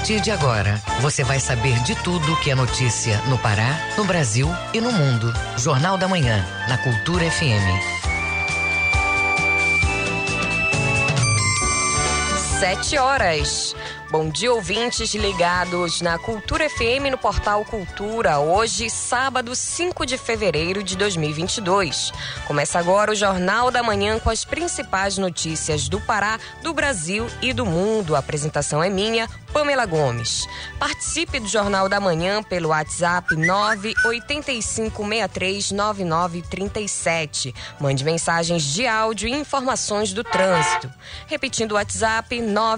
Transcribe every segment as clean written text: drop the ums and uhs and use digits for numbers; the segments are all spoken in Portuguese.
partir de agora, você vai saber de tudo que é notícia no Pará, no Brasil e no mundo. Jornal da Manhã, na Cultura FM. 7h. Bom dia, ouvintes ligados na Cultura FM no portal Cultura. Hoje, sábado, 5 de fevereiro de 2022. Começa agora o Jornal da Manhã com as principais notícias do Pará, do Brasil e do mundo. A apresentação é minha, Pamela Gomes. Participe do Jornal da Manhã pelo WhatsApp 985639937. Mande mensagens de áudio e informações do trânsito. Repetindo o WhatsApp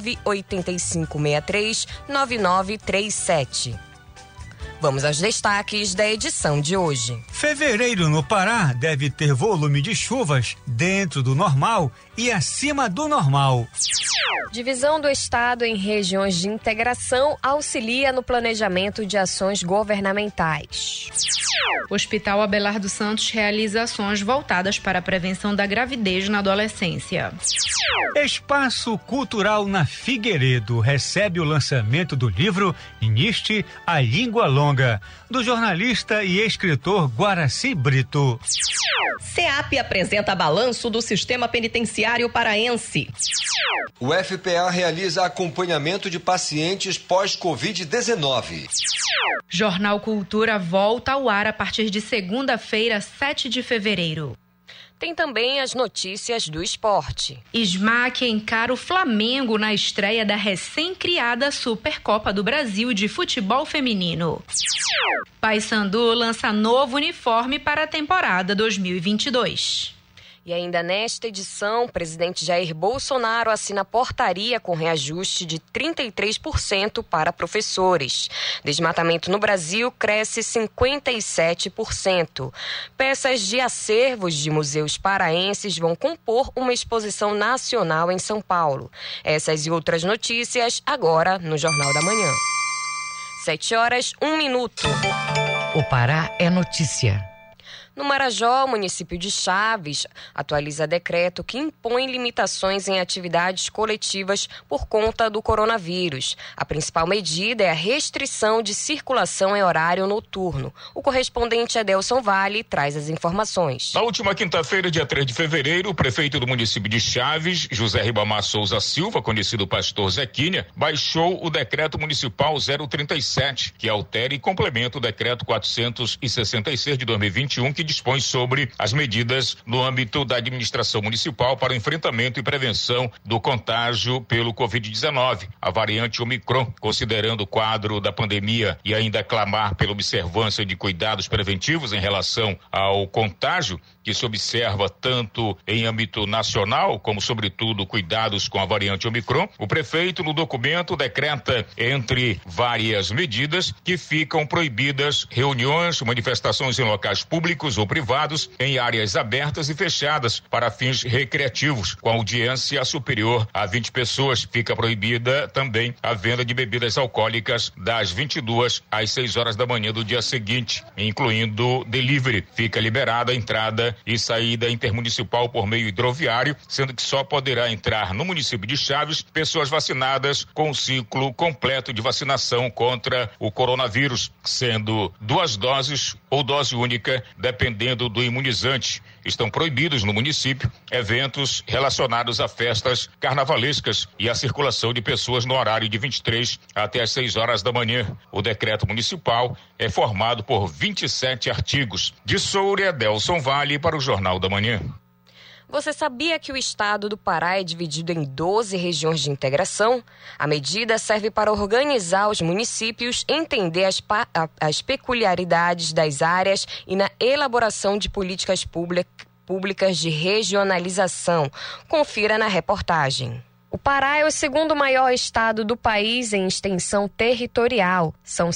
985639937. Vamos aos destaques da edição de hoje. Fevereiro no Pará deve ter volume de chuvas dentro do normal e acima do normal. Divisão do Estado em regiões de integração auxilia no planejamento de ações governamentais. O Hospital Abelardo Santos realiza ações voltadas para a prevenção da gravidez na adolescência. Espaço Cultural na Figueiredo recebe o lançamento do livro Niste, a Língua Longa, do jornalista e escritor Guaraci Brito. SEAP apresenta balanço do sistema penitenciário paraense. O FPA realiza acompanhamento de pacientes pós-Covid-19. Jornal Cultura volta ao ar a partir de segunda-feira, 7 de fevereiro. Tem também as notícias do esporte. Smack encara o Flamengo na estreia da recém-criada Supercopa do Brasil de futebol feminino. Paysandu lança novo uniforme para a temporada 2022. E ainda nesta edição, o presidente Jair Bolsonaro assina portaria com reajuste de 33% para professores. Desmatamento no Brasil cresce 57%. Peças de acervos de museus paraenses vão compor uma exposição nacional em São Paulo. Essas e outras notícias agora no Jornal da Manhã. 7h01. O Pará é notícia. No Marajó, o município de Chaves atualiza decreto que impõe limitações em atividades coletivas por conta do coronavírus. A principal medida é a restrição de circulação em horário noturno. O correspondente Adelson Vale traz as informações. Na última quinta-feira, dia 3 de fevereiro, o prefeito do município de Chaves, José Ribamar Souza Silva, conhecido pastor Zequinha, baixou o decreto municipal 037, que altera e complementa o decreto 466 de 2021, que dispõe sobre as medidas no âmbito da administração municipal para o enfrentamento e prevenção do contágio pelo Covid-19, a variante Omicron, considerando o quadro da pandemia e ainda clamar pela observância de cuidados preventivos em relação ao contágio, que se observa tanto em âmbito nacional, como sobretudo cuidados com a variante Omicron. O prefeito, no documento, decreta, entre várias medidas, que ficam proibidas reuniões, manifestações em locais públicos ou privados, em áreas abertas e fechadas para fins recreativos, com audiência superior a 20 pessoas. Fica proibida também a venda de bebidas alcoólicas das 22 às 6 horas da manhã do dia seguinte, incluindo delivery. Fica liberada a entrada e saída intermunicipal por meio hidroviário, sendo que só poderá entrar no município de Chaves pessoas vacinadas com o ciclo completo de vacinação contra o coronavírus, sendo 2 doses ou dose única, dependendo do imunizante. Estão proibidos no município eventos relacionados a festas carnavalescas e a circulação de pessoas no horário de 23 até as 6 horas da manhã. O decreto municipal é formado por 27 artigos. De Soura, Adelson Vale para o Jornal da Manhã. Você sabia que o estado do Pará é dividido em 12 regiões de integração? A medida serve para organizar os municípios, entender as peculiaridades das áreas e na elaboração de políticas públicas de regionalização. Confira na reportagem. O Pará é o segundo maior estado do país em extensão territorial. São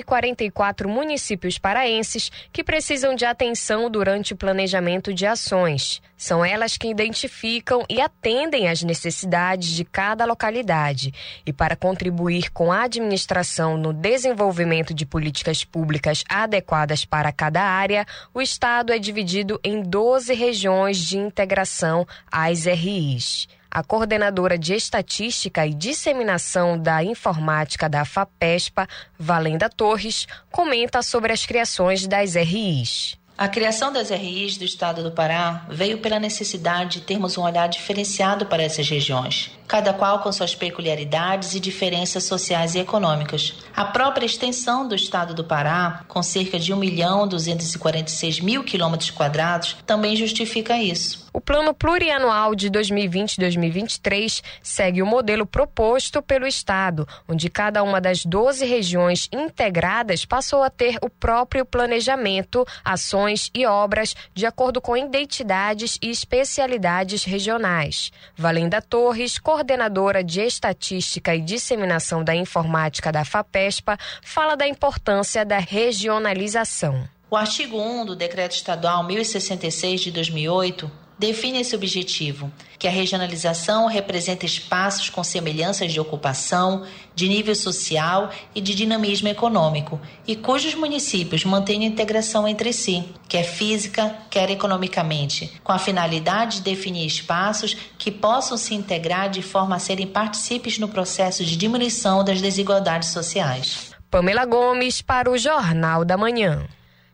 144 municípios paraenses que precisam de atenção durante o planejamento de ações. São elas que identificam e atendem às necessidades de cada localidade. E para contribuir com a administração no desenvolvimento de políticas públicas adequadas para cada área, o estado é dividido em 12 regiões de integração, as RIs. A coordenadora de Estatística e Disseminação da Informática da FAPESPA, Valenda Torres, comenta sobre as criações das RIs. A criação das RIs do estado do Pará veio pela necessidade de termos um olhar diferenciado para essas regiões, cada qual com suas peculiaridades e diferenças sociais e econômicas. A própria extensão do estado do Pará, com cerca de 1.246.000 km², também justifica isso. O Plano Plurianual de 2020-2023 segue o modelo proposto pelo Estado, onde cada uma das 12 regiões integradas passou a ter o próprio planejamento, ações e obras de acordo com identidades e especialidades regionais. Valenda Torres, coordenadora de Estatística e Disseminação da Informática da FAPESPA, fala da importância da regionalização. O artigo 1 do Decreto Estadual 1066 de 2008 define esse objetivo, que a regionalização representa espaços com semelhanças de ocupação, de nível social e de dinamismo econômico, e cujos municípios mantêm integração entre si, quer física, quer economicamente, com a finalidade de definir espaços que possam se integrar de forma a serem partícipes no processo de diminuição das desigualdades sociais. Pamela Gomes para o Jornal da Manhã.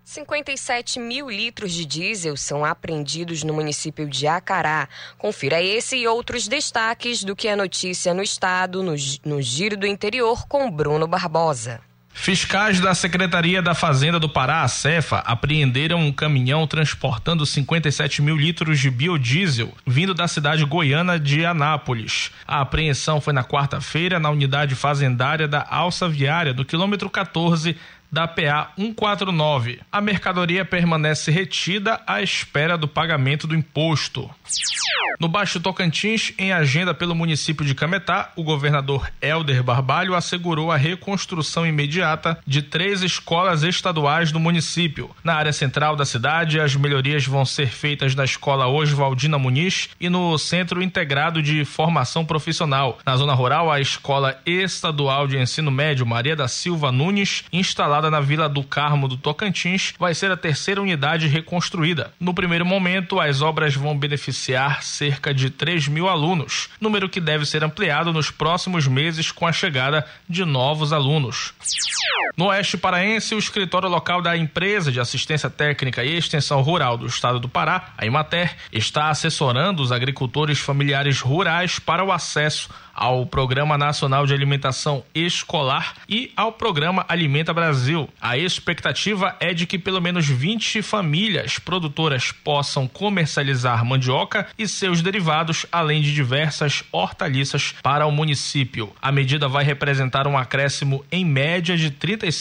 57 mil litros de diesel são apreendidos no município de Acará. Confira esse e outros destaques do que é notícia no estado, no Giro do Interior, com Bruno Barbosa. Fiscais da Secretaria da Fazenda do Pará, a Cefa, apreenderam um caminhão transportando 57 mil litros de biodiesel vindo da cidade goiana de Anápolis. A apreensão foi na quarta-feira na unidade fazendária da Alça Viária, do quilômetro 14 da PA 149. A mercadoria permanece retida à espera do pagamento do imposto. No Baixo Tocantins, em agenda pelo município de Cametá, o governador Helder Barbalho assegurou a reconstrução imediata de 3 escolas estaduais do município. Na área central da cidade, as melhorias vão ser feitas na Escola Oswaldina Muniz e no Centro Integrado de Formação Profissional. Na zona rural, a Escola Estadual de Ensino Médio Maria da Silva Nunes, instalada na Vila do Carmo do Tocantins, vai ser a terceira unidade reconstruída. No primeiro momento, as obras vão beneficiar cerca de 3 mil alunos, número que deve ser ampliado nos próximos meses com a chegada de novos alunos. No Oeste Paraense, o escritório local da Empresa de Assistência Técnica e Extensão Rural do Estado do Pará, a Emater, está assessorando os agricultores familiares rurais para o acesso ao Programa Nacional de Alimentação Escolar e ao Programa Alimenta Brasil. A expectativa é de que pelo menos 20 famílias produtoras possam comercializar mandioca e seus derivados, além de diversas hortaliças para o município. A medida vai representar um acréscimo em média de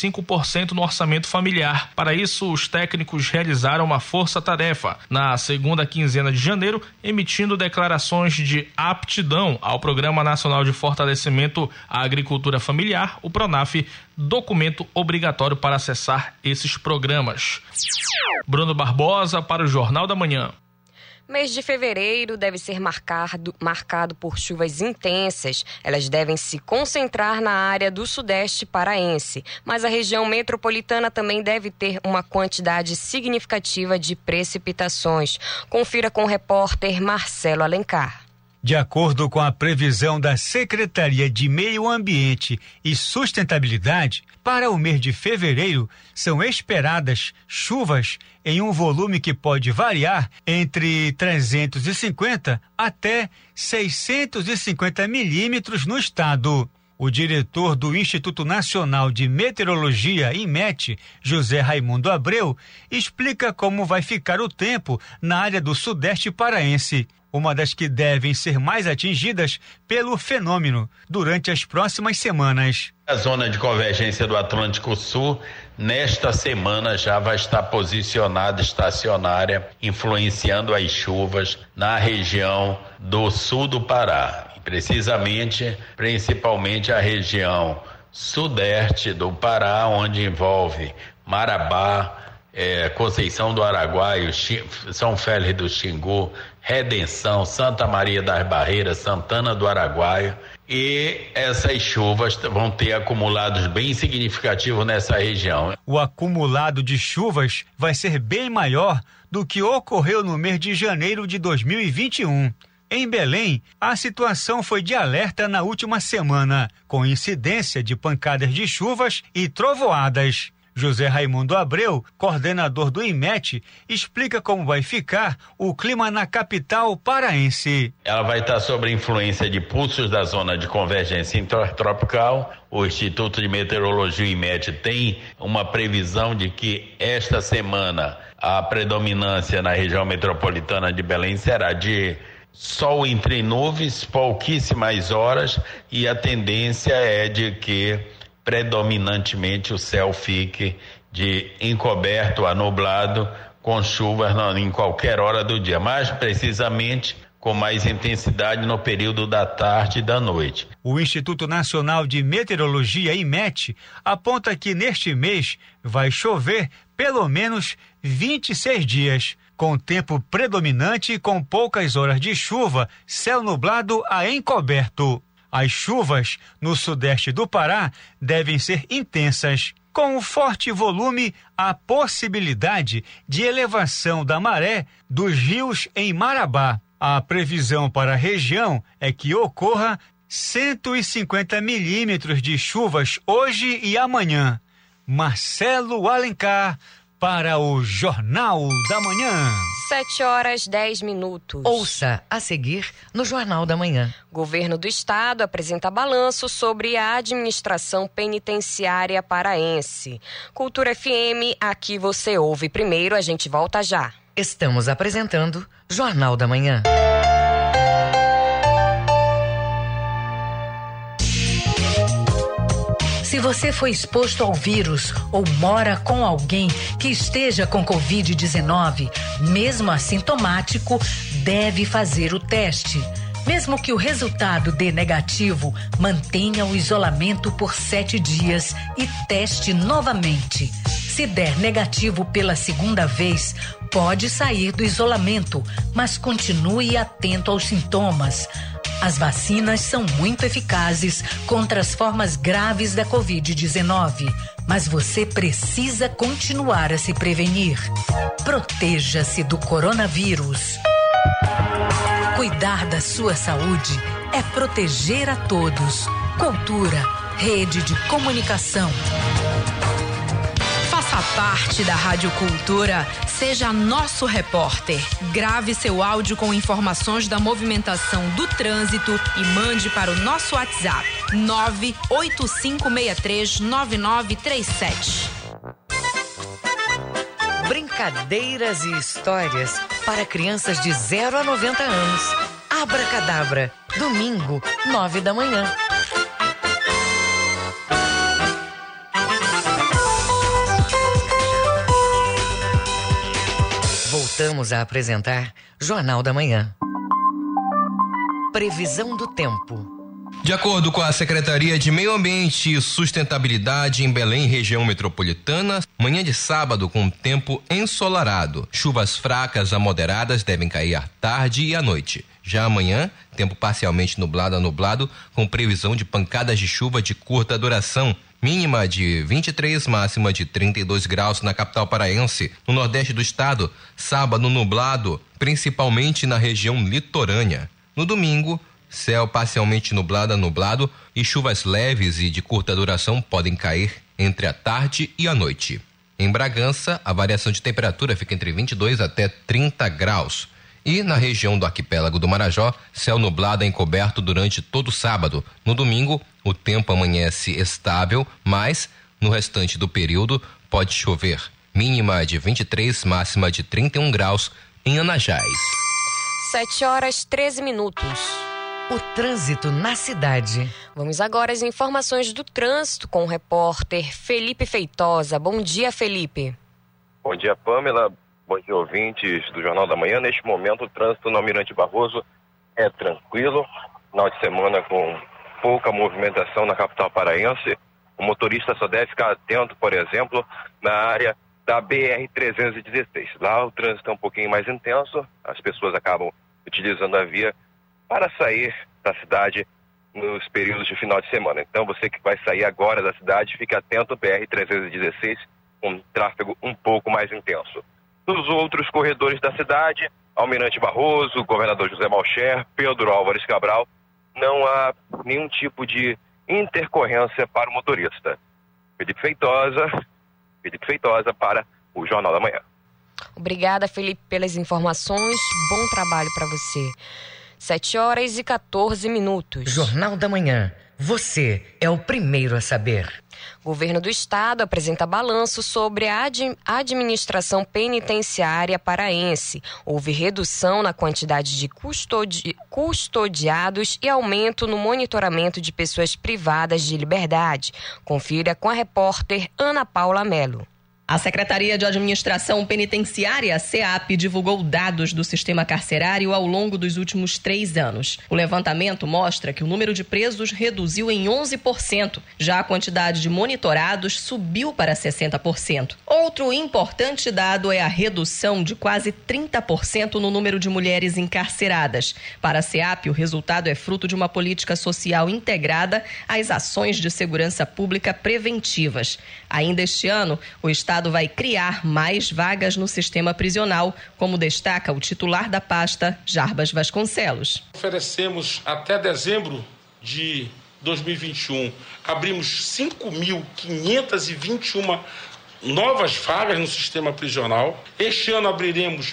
35% no orçamento familiar. Para isso, os técnicos realizaram uma força-tarefa na segunda quinzena de janeiro, emitindo declarações de aptidão ao Programa Nacional de Fortalecimento à Agricultura Familiar, o PRONAF, documento obrigatório para acessar esses programas. Bruno Barbosa para o Jornal da Manhã. Mês de fevereiro deve ser marcado por chuvas intensas. Elas devem se concentrar na área do sudeste paraense, mas a região metropolitana também deve ter uma quantidade significativa de precipitações. Confira com o repórter Marcelo Alencar. De acordo com a previsão da Secretaria de Meio Ambiente e Sustentabilidade, para o mês de fevereiro são esperadas chuvas em um volume que pode variar entre 350 até 650 milímetros no estado. O diretor do Instituto Nacional de Meteorologia, INMET, José Raimundo Abreu, explica como vai ficar o tempo na área do sudeste paraense, uma das que devem ser mais atingidas pelo fenômeno durante as próximas semanas. A zona de convergência do Atlântico Sul, nesta semana, já vai estar posicionada estacionária, influenciando as chuvas na região do sul do Pará. Principalmente a região sudeste do Pará, onde envolve Marabá, Conceição do Araguaia, São Félix do Xingu, Redenção, Santa Maria das Barreiras, Santana do Araguaia, e essas chuvas vão ter acumulados bem significativos nessa região. O acumulado de chuvas vai ser bem maior do que ocorreu no mês de janeiro de 2021. Em Belém, a situação foi de alerta na última semana, com incidência de pancadas de chuvas e trovoadas. José Raimundo Abreu, coordenador do IMET, explica como vai ficar o clima na capital paraense. Ela vai estar sob a influência de pulsos da zona de convergência intertropical. O Instituto de Meteorologia IMET tem uma previsão de que esta semana a predominância na região metropolitana de Belém será de sol entre nuvens, pouquíssimas horas, e a tendência é de que predominantemente o céu fique de encoberto a nublado, com chuvas em qualquer hora do dia, mais precisamente com mais intensidade no período da tarde e da noite. O Instituto Nacional de Meteorologia, IMET, aponta que neste mês vai chover pelo menos 26 dias, com tempo predominante e com poucas horas de chuva, céu nublado a encoberto. As chuvas no sudeste do Pará devem ser intensas. Com o forte volume, há possibilidade de elevação da maré dos rios em Marabá. A previsão para a região é que ocorra 150 milímetros de chuvas hoje e amanhã. Marcelo Alencar, para o Jornal da Manhã. 7h10. Ouça a seguir no Jornal da Manhã. Governo do Estado apresenta balanço sobre a administração penitenciária paraense. Cultura FM, aqui você ouve primeiro, a gente volta já. Estamos apresentando Jornal da Manhã. Se você foi exposto ao vírus ou mora com alguém que esteja com Covid-19, mesmo assintomático, deve fazer o teste. Mesmo que o resultado dê negativo, mantenha o isolamento por 7 dias e teste novamente. Se der negativo pela segunda vez, pode sair do isolamento, mas continue atento aos sintomas. As vacinas são muito eficazes contra as formas graves da Covid-19, mas você precisa continuar a se prevenir. Proteja-se do coronavírus. Cuidar da sua saúde é proteger a todos. Cultura, rede de comunicação. Faça parte da Rádio Cultura, seja nosso repórter. Grave seu áudio com informações da movimentação do trânsito e mande para o nosso WhatsApp 985639937. Brincadeiras e histórias para crianças de 0 a 90 anos. Abracadabra, domingo, 9 da manhã. Voltamos a apresentar Jornal da Manhã. Previsão do tempo. De acordo com a Secretaria de Meio Ambiente e Sustentabilidade em Belém, região metropolitana, manhã de sábado com tempo ensolarado. Chuvas fracas a moderadas devem cair à tarde e à noite. Já amanhã, tempo parcialmente nublado a nublado, com previsão de pancadas de chuva de curta duração. Mínima de 23, máxima de 32 graus na capital paraense. No nordeste do estado, sábado nublado, principalmente na região litorânea. No domingo, céu parcialmente nublado a nublado e chuvas leves e de curta duração podem cair entre a tarde e a noite. Em Bragança, a variação de temperatura fica entre 22 até 30 graus. E na região do arquipélago do Marajó, céu nublado encoberto durante todo o sábado. No domingo, o tempo amanhece estável, mas no restante do período pode chover. Mínima de 23, máxima de 31 graus em Anajás. 7h13. O trânsito na cidade. Vamos agora às informações do trânsito com o repórter Felipe Feitosa. Bom dia, Felipe. Bom dia, Pamela. Bom dia, ouvintes do Jornal da Manhã. Neste momento, o trânsito no Almirante Barroso é tranquilo. Final de semana com pouca movimentação na capital paraense. O motorista só deve ficar atento, por exemplo, na área da BR-316. Lá o trânsito é um pouquinho mais intenso. As pessoas acabam utilizando a via para sair da cidade nos períodos de final de semana. Então, você que vai sair agora da cidade, fique atento ao BR-316, com tráfego um pouco mais intenso. Nos outros corredores da cidade, Almirante Barroso, governador José Malcher, Pedro Álvares Cabral, não há nenhum tipo de intercorrência para o motorista. Felipe Feitosa para o Jornal da Manhã. Obrigada, Felipe, pelas informações. Bom trabalho para você. 7h14. Jornal da Manhã. Você é o primeiro a saber. O governo do estado apresenta balanço sobre a administração penitenciária paraense. Houve redução na quantidade de custodiados e aumento no monitoramento de pessoas privadas de liberdade. Confira com a repórter Ana Paula Melo. A Secretaria de Administração Penitenciária, SEAP, divulgou dados do sistema carcerário ao longo dos últimos 3 anos. O levantamento mostra que o número de presos reduziu em 11%, já a quantidade de monitorados subiu para 60%. Outro importante dado é a redução de quase 30% no número de mulheres encarceradas. Para a SEAP, o resultado é fruto de uma política social integrada às ações de segurança pública preventivas. Ainda este ano, o Estado vai criar mais vagas no sistema prisional, como destaca o titular da pasta, Jarbas Vasconcelos. Oferecemos até dezembro de 2021, abrimos 5.521 novas vagas no sistema prisional. Este ano abriremos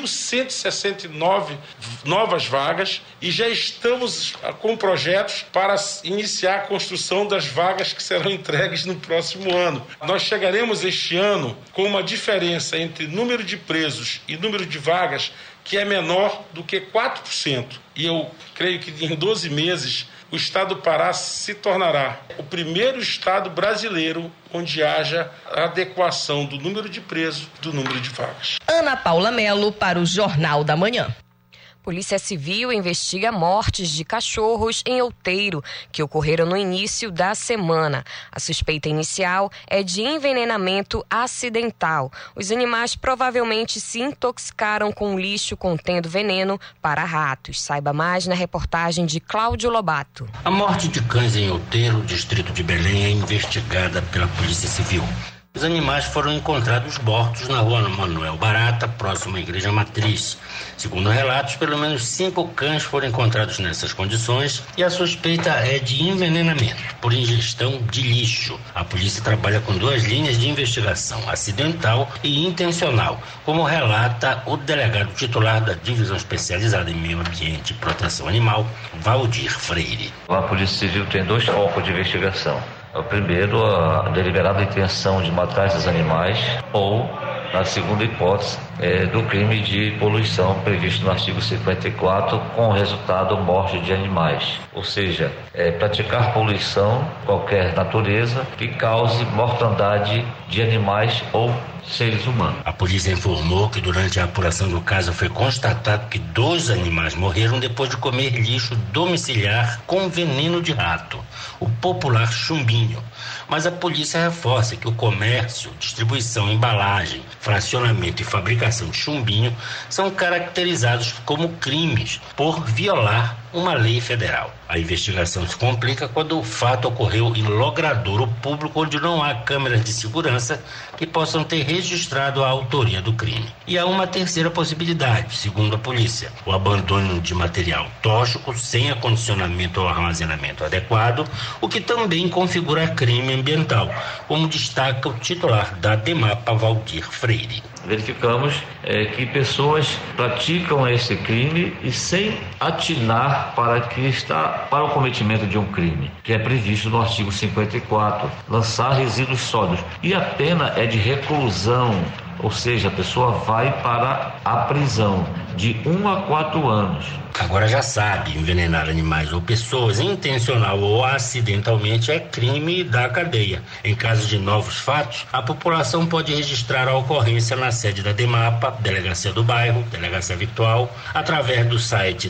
1.169 novas vagas e já estamos com projetos para iniciar a construção das vagas que serão entregues no próximo ano. Nós chegaremos este ano com uma diferença entre número de presos e número de vagas que é menor do que 4%. E eu creio que em 12 meses o estado do Pará se tornará o primeiro estado brasileiro onde haja adequação do número de presos do número de vagas. Ana Paula Melo para o Jornal da Manhã. Polícia Civil investiga mortes de cachorros em Outeiro, que ocorreram no início da semana. A suspeita inicial é de envenenamento acidental. Os animais provavelmente se intoxicaram com lixo contendo veneno para ratos. Saiba mais na reportagem de Cláudio Lobato. A morte de cães em Outeiro, distrito de Belém, é investigada pela Polícia Civil. Os animais foram encontrados mortos na rua Manuel Barata, próximo à Igreja Matriz. Segundo relatos, pelo menos 5 cães foram encontrados nessas condições e a suspeita é de envenenamento por ingestão de lixo. A polícia trabalha com 2 linhas de investigação, acidental e intencional, como relata o delegado titular da Divisão Especializada em Meio Ambiente e Proteção Animal, Valdir Freire. A Polícia Civil tem 2 focos de investigação. O primeiro, a deliberada intenção de matar esses animais, ou, na segunda hipótese, do crime de poluição previsto no artigo 54, com resultado morte de animais. Ou seja, praticar poluição, qualquer natureza, que cause mortandade de animais ou seres humanos. A polícia informou que durante a apuração do caso foi constatado que 2 animais morreram depois de comer lixo domiciliar com veneno de rato, o popular chumbinho. Mas a polícia reforça que o comércio, distribuição, embalagem, fracionamento e fabricação de chumbinho são caracterizados como crimes por violar uma lei federal. A investigação se complica quando o fato ocorreu em logradouro público onde não há câmeras de segurança que possam ter registrado a autoria do crime. E há uma terceira possibilidade, segundo a polícia: o abandono de material tóxico sem acondicionamento ou armazenamento adequado, o que também configura crime ambiental, como destaca o titular da DEMAPA, Valdir Freire. Verificamos que pessoas praticam esse crime e sem atinar para o cometimento de um crime, que é previsto no artigo 54, lançar resíduos sólidos. E a pena é de reclusão, ou seja, a pessoa vai para a prisão de 1 a 4 anos. Agora já sabe, envenenar animais ou pessoas intencional ou acidentalmente é crime da cadeia. Em caso de novos fatos, a população pode registrar a ocorrência na sede da DEMAPA, Delegacia do Bairro, Delegacia Virtual, através do site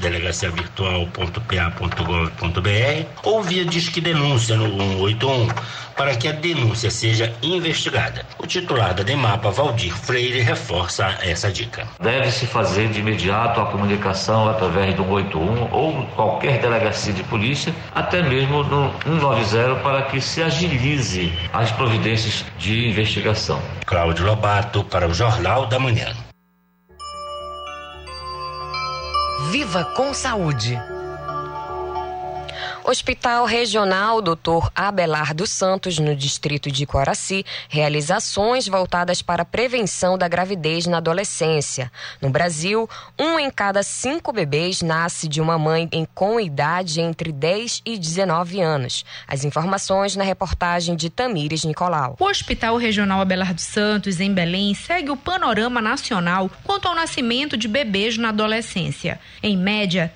delegaciavirtual.pa.gov.br ou via Disque Denúncia no 181, para que a denúncia seja investigada. O titular da DEMAPA, Valdir Freire, reforça essa dica. Deve-se fazer de imediato a comunicação através do 181 ou qualquer delegacia de polícia, até mesmo no 190, para que se agilize as providências de investigação. Cláudio Lobato para o Jornal da Manhã. Viva com saúde. Hospital Regional Dr. Abelardo Santos, no distrito de Coraci, realiza ações voltadas para a prevenção da gravidez na adolescência. No Brasil, 1 em cada 5 bebês nasce de uma mãe com idade entre 10 e 19 anos. As informações na reportagem de Tamires Nicolau. O Hospital Regional Abelardo Santos, em Belém, segue o panorama nacional quanto ao nascimento de bebês na adolescência. Em média,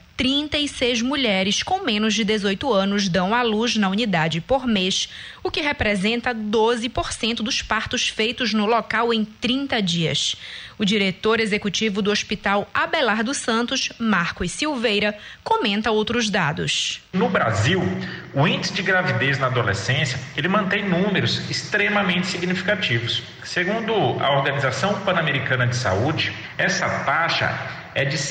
36 mulheres com menos de 18 anos dão à luz na unidade por mês, o que representa 12% dos partos feitos no local em 30 dias. O diretor executivo do Hospital Abelardo Santos, Marcos Silveira, comenta outros dados. No Brasil, o índice de gravidez na adolescência, ele mantém números extremamente significativos. Segundo a Organização Pan-Americana de Saúde, essa taxa é de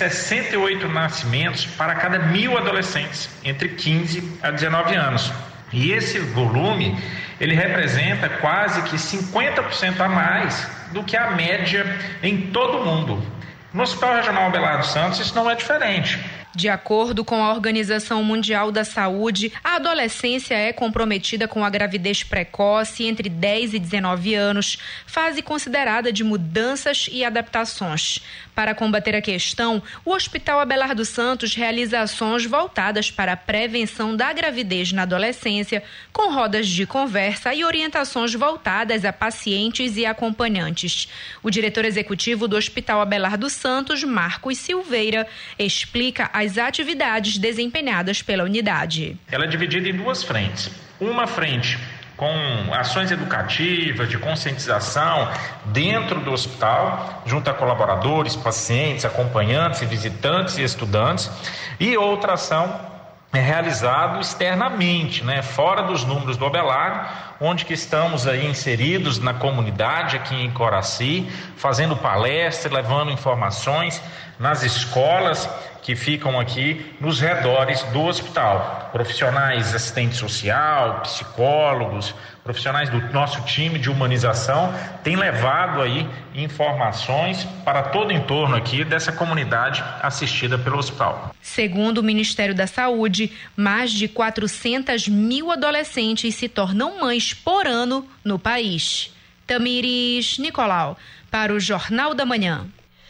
68 nascimentos para cada 1.000 adolescentes entre 15 a 19 anos. E esse volume, ele representa quase que 50% a mais do que a média em todo o mundo. No Hospital Regional Abelardo Santos, isso não é diferente. De acordo com a Organização Mundial da Saúde, a adolescência é comprometida com a gravidez precoce entre 10 e 19 anos, fase considerada de mudanças e adaptações. Para combater a questão, o Hospital Abelardo Santos realiza ações voltadas para a prevenção da gravidez na adolescência, com rodas de conversa e orientações voltadas a pacientes e acompanhantes. O diretor executivo do Hospital Abelardo Santos, Marcos Silveira, explica as atividades desempenhadas pela unidade. Ela é dividida em duas frentes. Uma frente com ações educativas, de conscientização dentro do hospital, junto a colaboradores, pacientes, acompanhantes, visitantes e estudantes, e outra ação é realizada externamente, fora dos números do Abelardo, onde que estamos aí inseridos na comunidade aqui em Coraci, fazendo palestras, levando informações nas escolas que ficam aqui nos redores do hospital. Profissionais, assistente social, psicólogos, profissionais do nosso time de humanização têm levado aí informações para todo o entorno aqui dessa comunidade assistida pelo hospital. Segundo o Ministério da Saúde, mais de 400.000 adolescentes se tornam mães por ano no país. Tamires Nicolau, para o Jornal da Manhã.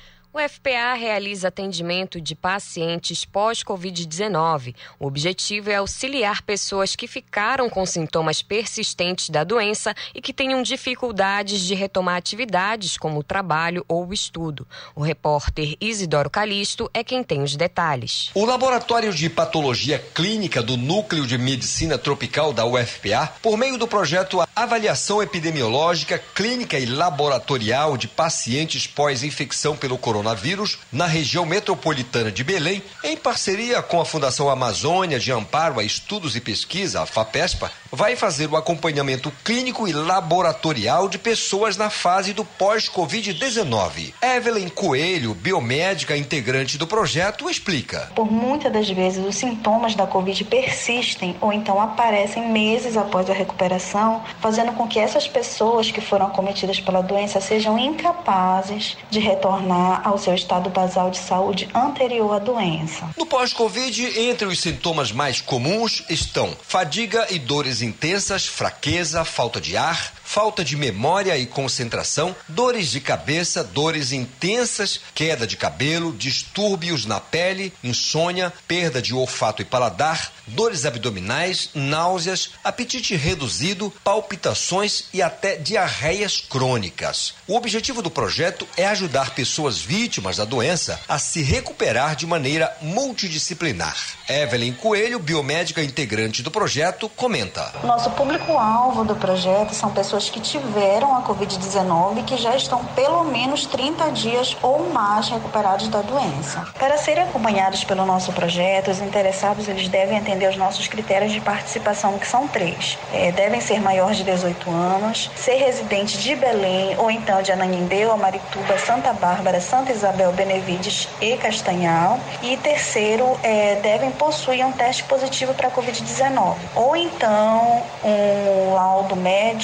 O FPA realiza atendimento de pacientes pós-Covid-19. O objetivo é auxiliar pessoas que ficaram com sintomas persistentes da doença e que tenham dificuldades de retomar atividades como o trabalho ou o estudo. O repórter Isidoro Calixto é quem tem os detalhes. O Laboratório de Patologia Clínica do Núcleo de Medicina Tropical da UFPA, por meio do projeto Avaliação Epidemiológica, Clínica e Laboratorial de Pacientes pós-infecção pelo coronavírus na região metropolitana de Belém, em parceria com a Fundação Amazônia de Amparo a Estudos e Pesquisa, a FAPESPA, vai fazer o acompanhamento clínico e laboratorial de pessoas na fase do pós-Covid-19. Evelyn Coelho, biomédica integrante do projeto, explica. Por muitas das vezes os sintomas da Covid persistem ou então aparecem meses após a recuperação, fazendo com que essas pessoas que foram acometidas pela doença sejam incapazes de retornar ao seu estado basal de saúde anterior à doença. No pós-Covid, entre os sintomas mais comuns estão fadiga e dores intensas, fraqueza, falta de ar, falta de memória e concentração, dores de cabeça, dores intensas, queda de cabelo, distúrbios na pele, insônia, perda de olfato e paladar, dores abdominais, náuseas, apetite reduzido, palpitações e até diarreias crônicas. O objetivo do projeto é ajudar pessoas vítimas da doença a se recuperar de maneira multidisciplinar. Evelyn Coelho, biomédica integrante do projeto, comenta. Nosso público-alvo do projeto são pessoas que tiveram a Covid-19 e que já estão pelo menos 30 dias ou mais recuperados da doença. Para serem acompanhados pelo nosso projeto, os interessados eles devem atender os nossos critérios de participação, que são 3. Devem ser maiores de 18 anos, ser residente de Belém ou então de Ananindeua, Marituba, Santa Bárbara, Santa Isabel, Benevides e Castanhal. E terceiro, devem possuir um teste positivo para a Covid-19. Ou então um laudo médico ou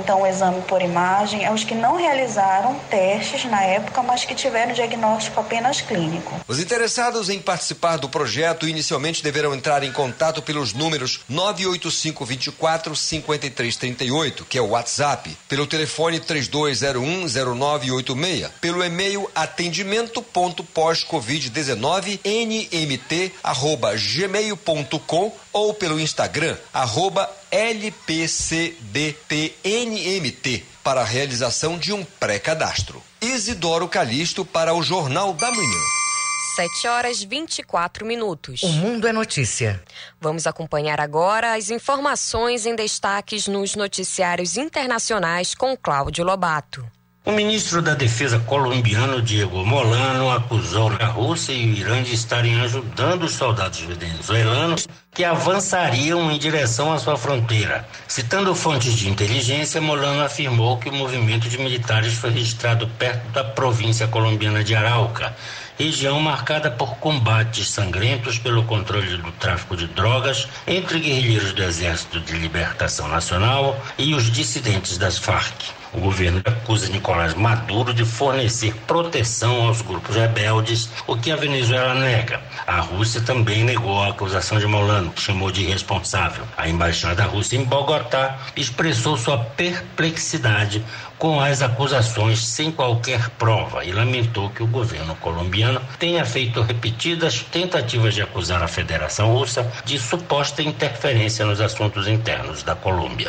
então o exame por imagem, aos que não realizaram testes na época, mas que tiveram diagnóstico apenas clínico. Os interessados em participar do projeto inicialmente deverão entrar em contato pelos números 98524-5338, que é o WhatsApp, pelo telefone 3201-0986, pelo e-mail atendimento.pós-covid-19nmt@gmail.com ou pelo Instagram @lpcdtnmt para a realização de um pré-cadastro. Isidoro Calixto para o Jornal da Manhã. 7h24. O Mundo é Notícia. Vamos acompanhar agora as informações em destaques nos noticiários internacionais com Cláudio Lobato. O ministro da Defesa colombiano, Diego Molano, acusou a Rússia e o Irã de estarem ajudando os soldados venezuelanos que avançariam em direção à sua fronteira. Citando fontes de inteligência, Molano afirmou que o movimento de militares foi registrado perto da província colombiana de Arauca, região marcada por combates sangrentos pelo controle do tráfico de drogas entre guerrilheiros do Exército de Libertação Nacional e os dissidentes das Farc. O governo acusa Nicolás Maduro de fornecer proteção aos grupos rebeldes, o que a Venezuela nega. A Rússia também negou a acusação de Molano, que chamou de irresponsável. A embaixada da Rússia em Bogotá expressou sua perplexidade com as acusações sem qualquer prova e lamentou que o governo colombiano tenha feito repetidas tentativas de acusar a Federação Russa de suposta interferência nos assuntos internos da Colômbia.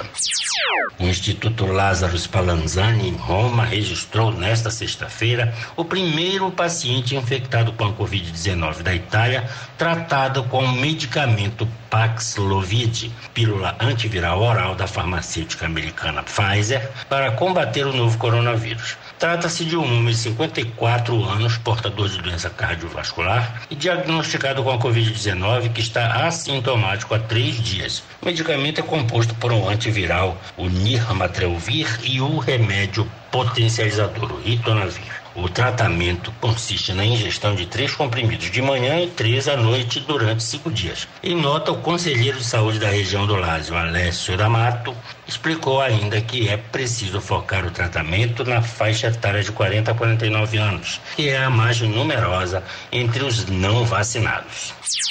O Instituto Lázaro Spallanzani, em Roma, registrou nesta sexta-feira o primeiro paciente infectado com a Covid-19 da Itália, tratado com o medicamento Paxlovid, pílula antiviral oral da farmacêutica americana Pfizer, para combater o novo coronavírus. Trata-se de um homem de 54 anos, portador de doença cardiovascular e diagnosticado com a Covid-19, que está assintomático há 3 dias. O medicamento é composto por um antiviral, o Nirmatrelvir, e o remédio potencializador, o Ritonavir. O tratamento consiste na ingestão de 3 comprimidos de manhã e 3 à noite durante 5 dias. E nota, o conselheiro de saúde da região do Lázio, Alessio D'Amato, explicou ainda que é preciso focar o tratamento na faixa etária de 40 a 49 anos, que é a mais numerosa entre os não vacinados.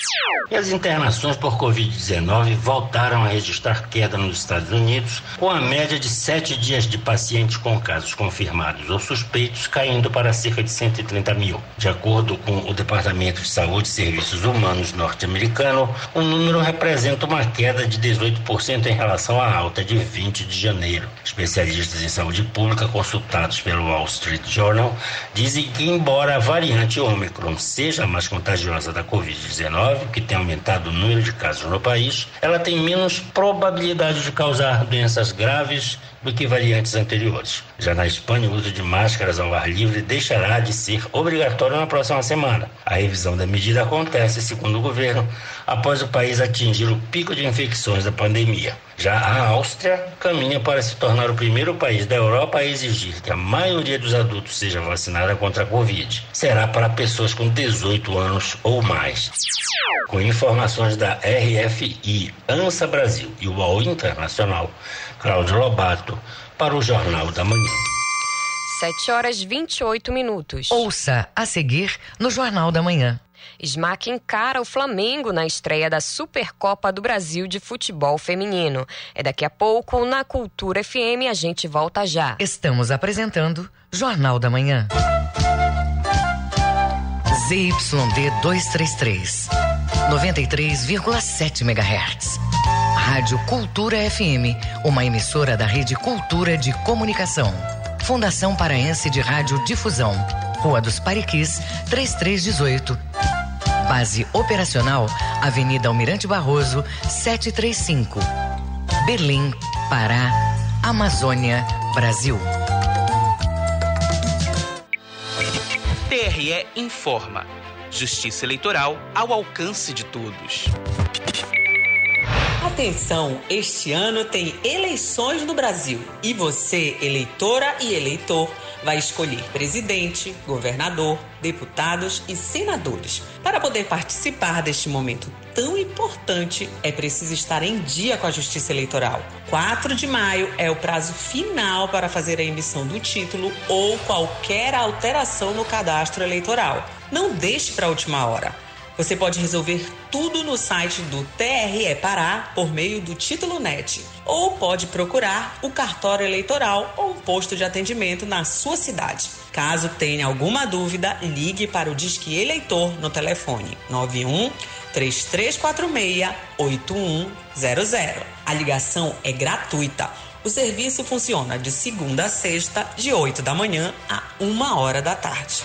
E as internações por Covid-19 voltaram a registrar queda nos Estados Unidos, com a média de 7 dias de pacientes com casos confirmados ou suspeitos caindo para cerca de 130 mil. De acordo com o Departamento de Saúde e Serviços Humanos norte-americano, o número representa uma queda de 18% em relação à alta de 20 de janeiro. Especialistas em saúde pública consultados pelo Wall Street Journal dizem que, embora a variante Ômicron seja a mais contagiosa da Covid-19, que tem aumentado o número de casos no país, ela tem menos probabilidade de causar doenças graves do que variantes anteriores. Já na Espanha, o uso de máscaras ao ar livre deixará de ser obrigatório na próxima semana. A revisão da medida acontece, segundo o governo, após o país atingir o pico de infecções da pandemia. Já a Áustria caminha para se tornar o primeiro país da Europa a exigir que a maioria dos adultos seja vacinada contra a Covid. Será para pessoas com 18 anos ou mais. Com informações da RFI, ANSA Brasil e o UOL Internacional, Cláudio Lobato, para o Jornal da Manhã. 7h28. Ouça a seguir no Jornal da Manhã. Smack encara o Flamengo na estreia da Supercopa do Brasil de futebol feminino. É daqui a pouco na Cultura FM, a gente volta já. Estamos apresentando Jornal da Manhã. ZYD 233, 93,7 MHz. Rádio Cultura FM, uma emissora da Rede Cultura de Comunicação. Fundação Paraense de Rádio Difusão. Rua dos Pariquis, 3318. Base operacional, Avenida Almirante Barroso, 735. Belém, Pará, Amazônia, Brasil. TRE informa. Justiça eleitoral ao alcance de todos. A Atenção, este ano tem eleições no Brasil e você, eleitora e eleitor, vai escolher presidente, governador, deputados e senadores. Para poder participar deste momento tão importante, é preciso estar em dia com a Justiça Eleitoral. 4 de maio é o prazo final para fazer a emissão do título ou qualquer alteração no cadastro eleitoral. Não deixe para a última hora. Você pode resolver tudo no site do TRE Pará por meio do Título Net ou pode procurar o cartório eleitoral ou um posto de atendimento na sua cidade. Caso tenha alguma dúvida, ligue para o Disque Eleitor no telefone 91 3346 8100. A ligação é gratuita. O serviço funciona de segunda a sexta, de 8 da manhã a 1h da tarde.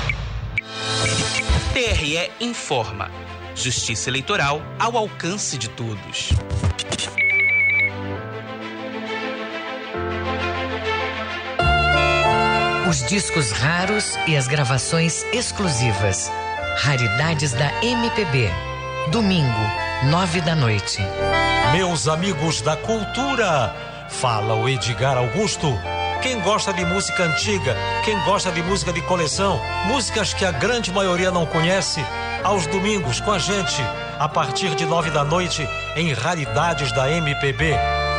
TRE informa. Justiça Eleitoral ao alcance de todos. Os discos raros e as gravações exclusivas. Raridades da MPB. Domingo, 9 da noite. Meus amigos da cultura, fala o Edgar Augusto. Quem gosta de música antiga, quem gosta de música de coleção, músicas que a grande maioria não conhece, aos domingos com a gente, a partir de 9 da noite, em Raridades da MPB.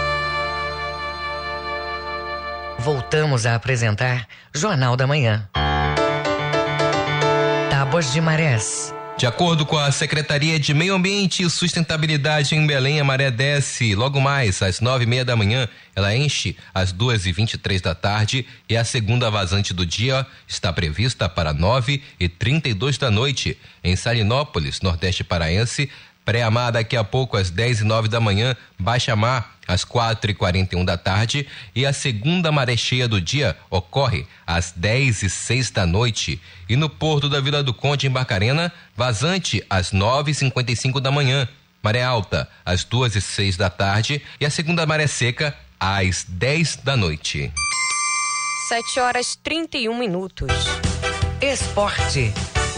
Voltamos a apresentar Jornal da Manhã. Tábuas de Marés. De acordo com a Secretaria de Meio Ambiente e Sustentabilidade em Belém, a maré desce logo mais às 9h30 da manhã. Ela enche às 2h23 da tarde e a segunda vazante do dia está prevista para 9h32 da noite. Em Salinópolis, Nordeste Paraense, pré-mar daqui a pouco às 10h09 da manhã, baixa mar às 4h41 da tarde e a segunda maré cheia do dia ocorre às 10h06 da noite. E no Porto da Vila do Conde, em Barcarena, vazante às 9h55 da manhã, maré alta às 2h06 da tarde e a segunda maré seca às 10 da noite. 7h31. Esporte.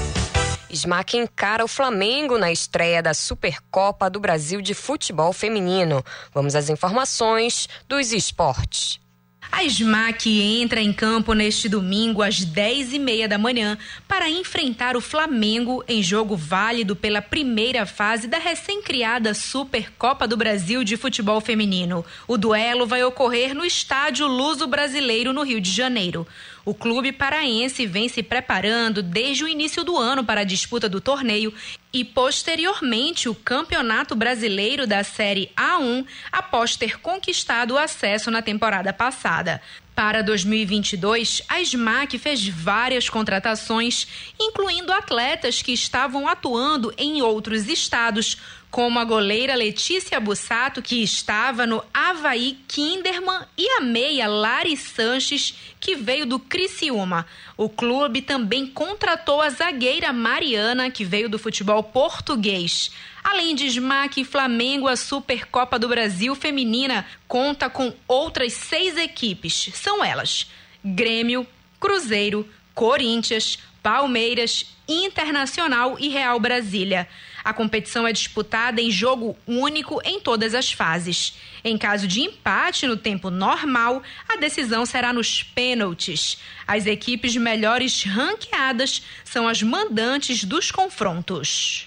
Smack encara o Flamengo na estreia da Supercopa do Brasil de Futebol Feminino. Vamos às informações dos esportes. A Smack entra em campo neste domingo às 10h30 da manhã para enfrentar o Flamengo em jogo válido pela primeira fase da recém-criada Supercopa do Brasil de Futebol Feminino. O duelo vai ocorrer no Estádio Luso-Brasileiro, no Rio de Janeiro. O clube paraense vem se preparando desde o início do ano para a disputa do torneio e, posteriormente, o Campeonato Brasileiro da Série A1, após ter conquistado o acesso na temporada passada. Para 2022, a Smack fez várias contratações, incluindo atletas que estavam atuando em outros estados, como a goleira Letícia Bussato, que estava no Avaí Kinderman, e a meia Lari Sanches, que veio do Criciúma. O clube também contratou a zagueira Mariana, que veio do futebol português. Além de Smack e Flamengo, a Supercopa do Brasil Feminina conta com outras 6 equipes. São elas: Grêmio, Cruzeiro, Corinthians, Palmeiras, Internacional e Real Brasília. A competição é disputada em jogo único em todas as fases. Em caso de empate no tempo normal, a decisão será nos pênaltis. As equipes melhores ranqueadas são as mandantes dos confrontos.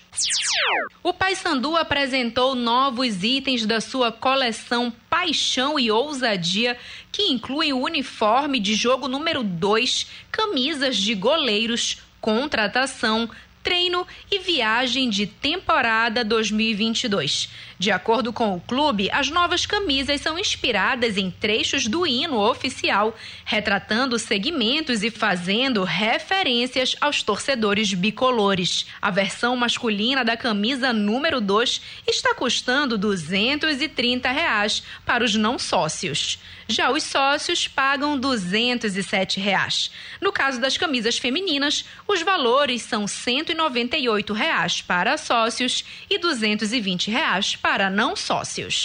O Paysandu apresentou novos itens da sua coleção Paixão e Ousadia, que inclui o uniforme de jogo número 2, camisas de goleiros, contratação, treino e viagem de temporada 2022. De acordo com o clube, as novas camisas são inspiradas em trechos do hino oficial, retratando segmentos e fazendo referências aos torcedores bicolores. A versão masculina da camisa número 2 está custando R$ 230 para os não sócios. Já os sócios pagam R$ 207. No caso das camisas femininas, os valores são R$ 198 para sócios e R$ 220 para não sócios.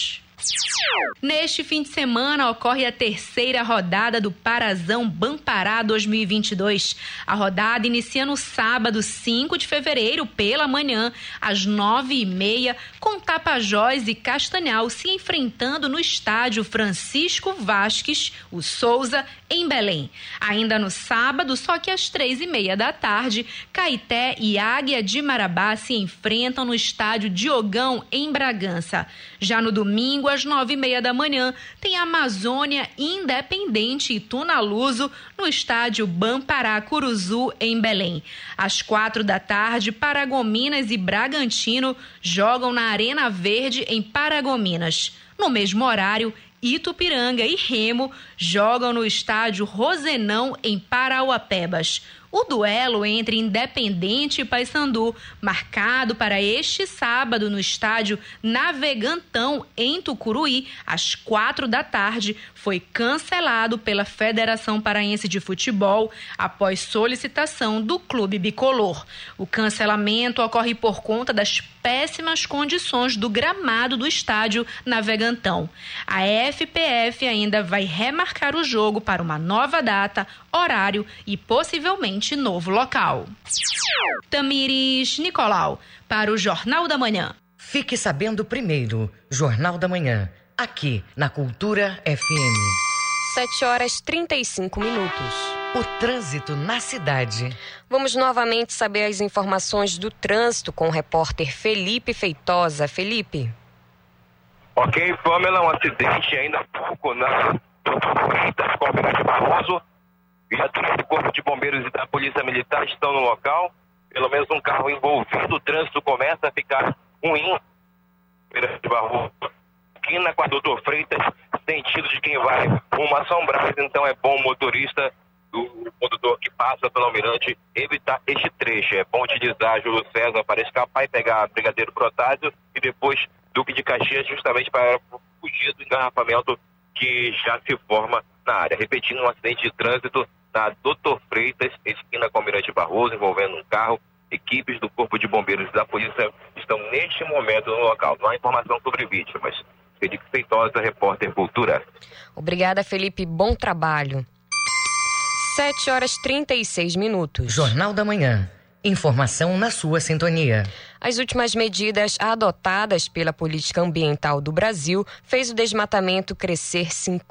Neste fim de semana ocorre a terceira rodada do Parazão Bampará 2022. A rodada inicia no sábado, 5 de fevereiro, pela manhã, às 9h30, com Tapajós e Castanhal se enfrentando no estádio Francisco Vasques, o Souza, em Belém. Ainda no sábado, só que às 3h30 da tarde, Caeté e Águia de Marabá se enfrentam no estádio Diogão, em Bragança. Já no domingo, às 9h30 da manhã, tem Amazônia Independente e Tunaluso no estádio Bampará Curuzu, em Belém. Às 4 da tarde, Paragominas e Bragantino jogam na Arena Verde, em Paragominas. No mesmo horário, Itupiranga e Remo jogam no estádio Rosenão, em Parauapebas. O duelo entre Independente e Paysandu, marcado para este sábado no estádio Navegantão, em Tucuruí, às 4 da tarde, foi cancelado pela Federação Paraense de Futebol após solicitação do Clube Bicolor. O cancelamento ocorre por conta das péssimas condições do gramado do estádio Navegantão. A FPF ainda vai remarcar o jogo para uma nova data, horário e possivelmente novo local. Tamires Nicolau, para o Jornal da Manhã. Fique sabendo primeiro, Jornal da Manhã, aqui na Cultura FM. 7h35. O trânsito na cidade. Vamos novamente saber as informações do trânsito com o repórter Felipe Feitosa. Felipe. Ok, Pamela, um acidente ainda há pouco na Freitas, com o Barroso. Viaturas do Corpo de Bombeiros e da Polícia Militar estão no local. Pelo menos um carro envolvido. O trânsito começa a ficar ruim. De Barroso, esquina com a Doutor Freitas, sentido de quem vai rumo a São Brás. Então é bom o motorista, o condutor que passa pelo Almirante, evitar este trecho. É bom utilizar Júlio César para escapar e pegar Brigadeiro Protásio e depois Duque de Caxias, justamente para fugir do engarrafamento que já se forma na área. Repetindo, um acidente de trânsito na Doutor Freitas, esquina com Almirante Barroso, envolvendo um carro. Equipes do Corpo de Bombeiros e da Polícia estão neste momento no local. Não há informação sobre vítima, mas Felipe Feitosa, repórter Cultura. Obrigada, Felipe. Bom trabalho. 7h36. Jornal da Manhã. Informação na sua sintonia. As últimas medidas adotadas pela política ambiental do Brasil fez o desmatamento crescer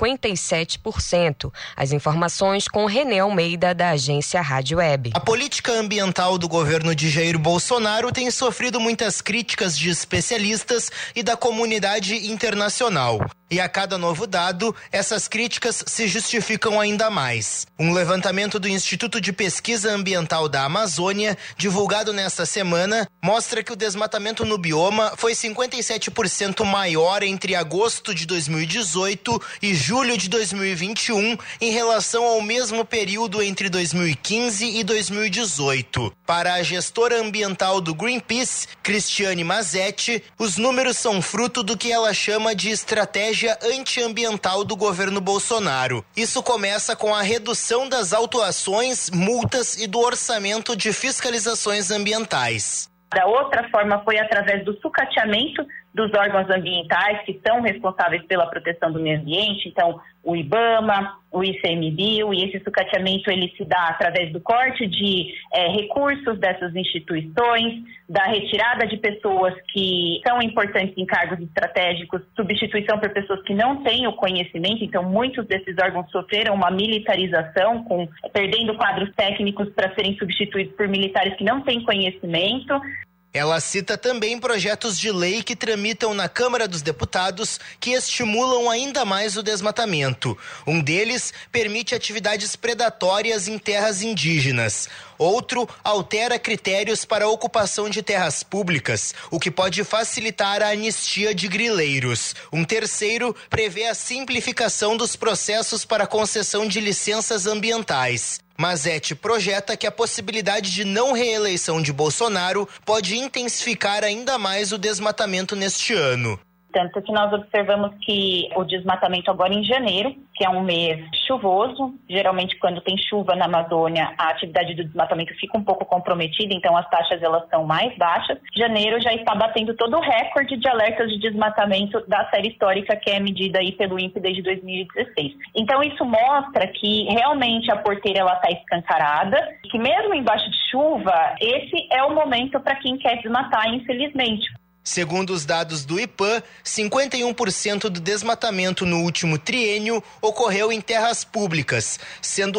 57%. As informações com René Almeida, da agência Rádio Web. A política ambiental do governo de Jair Bolsonaro tem sofrido muitas críticas de especialistas e da comunidade internacional. E a cada novo dado, essas críticas se justificam ainda mais. Um levantamento do Instituto de Pesquisa Ambiental da Amazônia, divulgado nesta semana, mostra que o desmatamento no bioma foi 57% maior entre agosto de 2018 e julho de 2021 em relação ao mesmo período entre 2015 e 2018. Para a gestora ambiental do Greenpeace, Cristiane Mazetti, os números são fruto do que ela chama de estratégia antiambiental do governo Bolsonaro. Isso começa com a redução das autuações, multas e do orçamento de fiscalizações ambientais. Da outra forma foi através do sucateamento dos órgãos ambientais que são responsáveis pela proteção do meio ambiente, então o IBAMA, o ICMBio, e esse sucateamento ele se dá através do corte de recursos dessas instituições, da retirada de pessoas que são importantes em cargos estratégicos, substituição por pessoas que não têm o conhecimento, então muitos desses órgãos sofreram uma militarização, perdendo quadros técnicos para serem substituídos por militares que não têm conhecimento. Ela cita também projetos de lei que tramitam na Câmara dos Deputados que estimulam ainda mais o desmatamento. Um deles permite atividades predatórias em terras indígenas. Outro altera critérios para a ocupação de terras públicas, o que pode facilitar a anistia de grileiros. Um terceiro prevê a simplificação dos processos para concessão de licenças ambientais. Mazetti projeta que a possibilidade de não reeleição de Bolsonaro pode intensificar ainda mais o desmatamento neste ano. Tanto que nós observamos que o desmatamento agora em janeiro, que é um mês chuvoso, geralmente quando tem chuva na Amazônia, a atividade do desmatamento fica um pouco comprometida, então as taxas elas são mais baixas. Janeiro já está batendo todo o recorde de alertas de desmatamento da série histórica que é medida aí pelo INPE desde 2016. Então isso mostra que realmente a porteira ela está escancarada, que mesmo embaixo de chuva, esse é o momento para quem quer desmatar, infelizmente. Segundo os dados do IPAM, 51% do desmatamento no último triênio ocorreu em terras públicas, sendo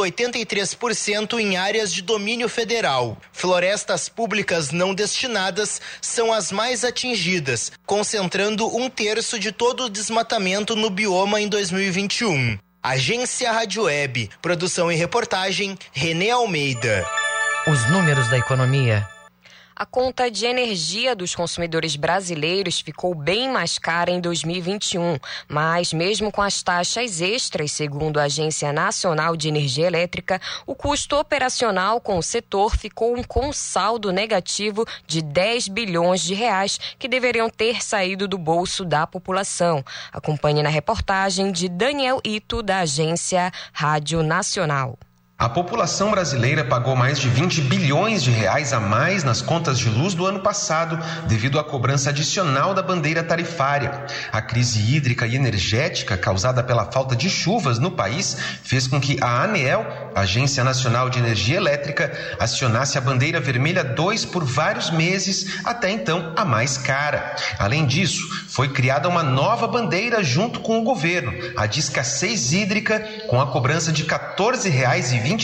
83% em áreas de domínio federal. Florestas públicas não destinadas são as mais atingidas, concentrando 1/3 de todo o desmatamento no bioma em 2021. Agência Rádio Web, produção e reportagem, Renê Almeida. Os números da economia. A conta de energia dos consumidores brasileiros ficou bem mais cara em 2021, mas mesmo com as taxas extras, segundo a Agência Nacional de Energia Elétrica, o custo operacional com o setor ficou com um saldo negativo de 10 bilhões de reais que deveriam ter saído do bolso da população. Acompanhe na reportagem de Daniel Ito, da Agência Rádio Nacional. A população brasileira pagou mais de 20 bilhões de reais a mais nas contas de luz do ano passado, devido à cobrança adicional da bandeira tarifária. A crise hídrica e energética causada pela falta de chuvas no país fez com que a ANEEL, Agência Nacional de Energia Elétrica, acionasse a bandeira vermelha 2 por vários meses, até então a mais cara. Além disso, foi criada uma nova bandeira junto com o governo, a de escassez hídrica, com a cobrança de R$ 14,20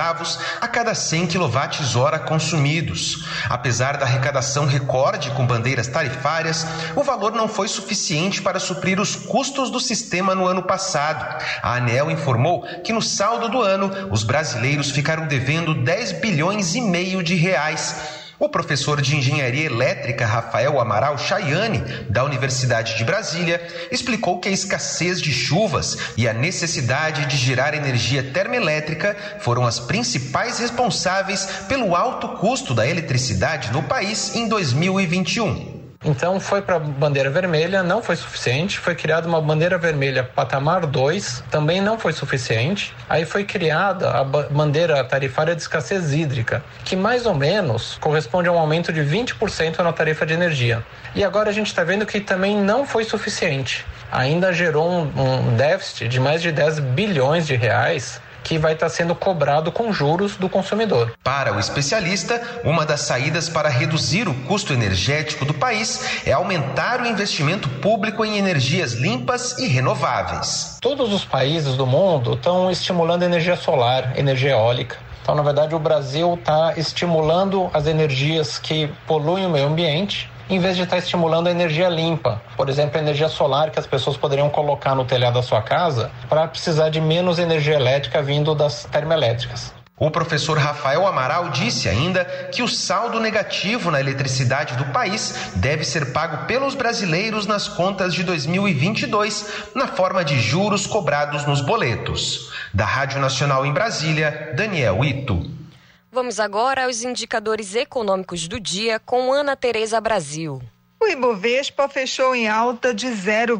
a cada 100 kWh consumidos. Apesar da arrecadação recorde com bandeiras tarifárias, o valor não foi suficiente para suprir os custos do sistema no ano passado. A ANEEL informou que no saldo do ano, os brasileiros ficaram devendo 10 bilhões e meio de reais. O professor de Engenharia Elétrica Rafael Amaral Chaiane, da Universidade de Brasília, explicou que a escassez de chuvas e a necessidade de gerar energia termoelétrica foram as principais responsáveis pelo alto custo da eletricidade no país em 2021. Então foi para a bandeira vermelha, não foi suficiente, foi criada uma bandeira vermelha patamar 2, também não foi suficiente. Aí foi criada a bandeira tarifária de escassez hídrica, que mais ou menos corresponde a um aumento de 20% na tarifa de energia. E agora a gente está vendo que também não foi suficiente. Ainda gerou um déficit de mais de 10 bilhões de reais que vai estar sendo cobrado com juros do consumidor. Para o especialista, uma das saídas para reduzir o custo energético do país é aumentar o investimento público em energias limpas e renováveis. Todos os países do mundo estão estimulando energia solar, energia eólica. Então, na verdade, o Brasil está estimulando as energias que poluem o meio ambiente, em vez de estar estimulando a energia limpa. Por exemplo, a energia solar que as pessoas poderiam colocar no telhado da sua casa para precisar de menos energia elétrica vindo das termoelétricas. O professor Rafael Amaral disse ainda que o saldo negativo na eletricidade do país deve ser pago pelos brasileiros nas contas de 2022, na forma de juros cobrados nos boletos. Da Rádio Nacional em Brasília, Daniel Ito. Vamos agora aos indicadores econômicos do dia com Ana Tereza Brasil. O Ibovespa fechou em alta de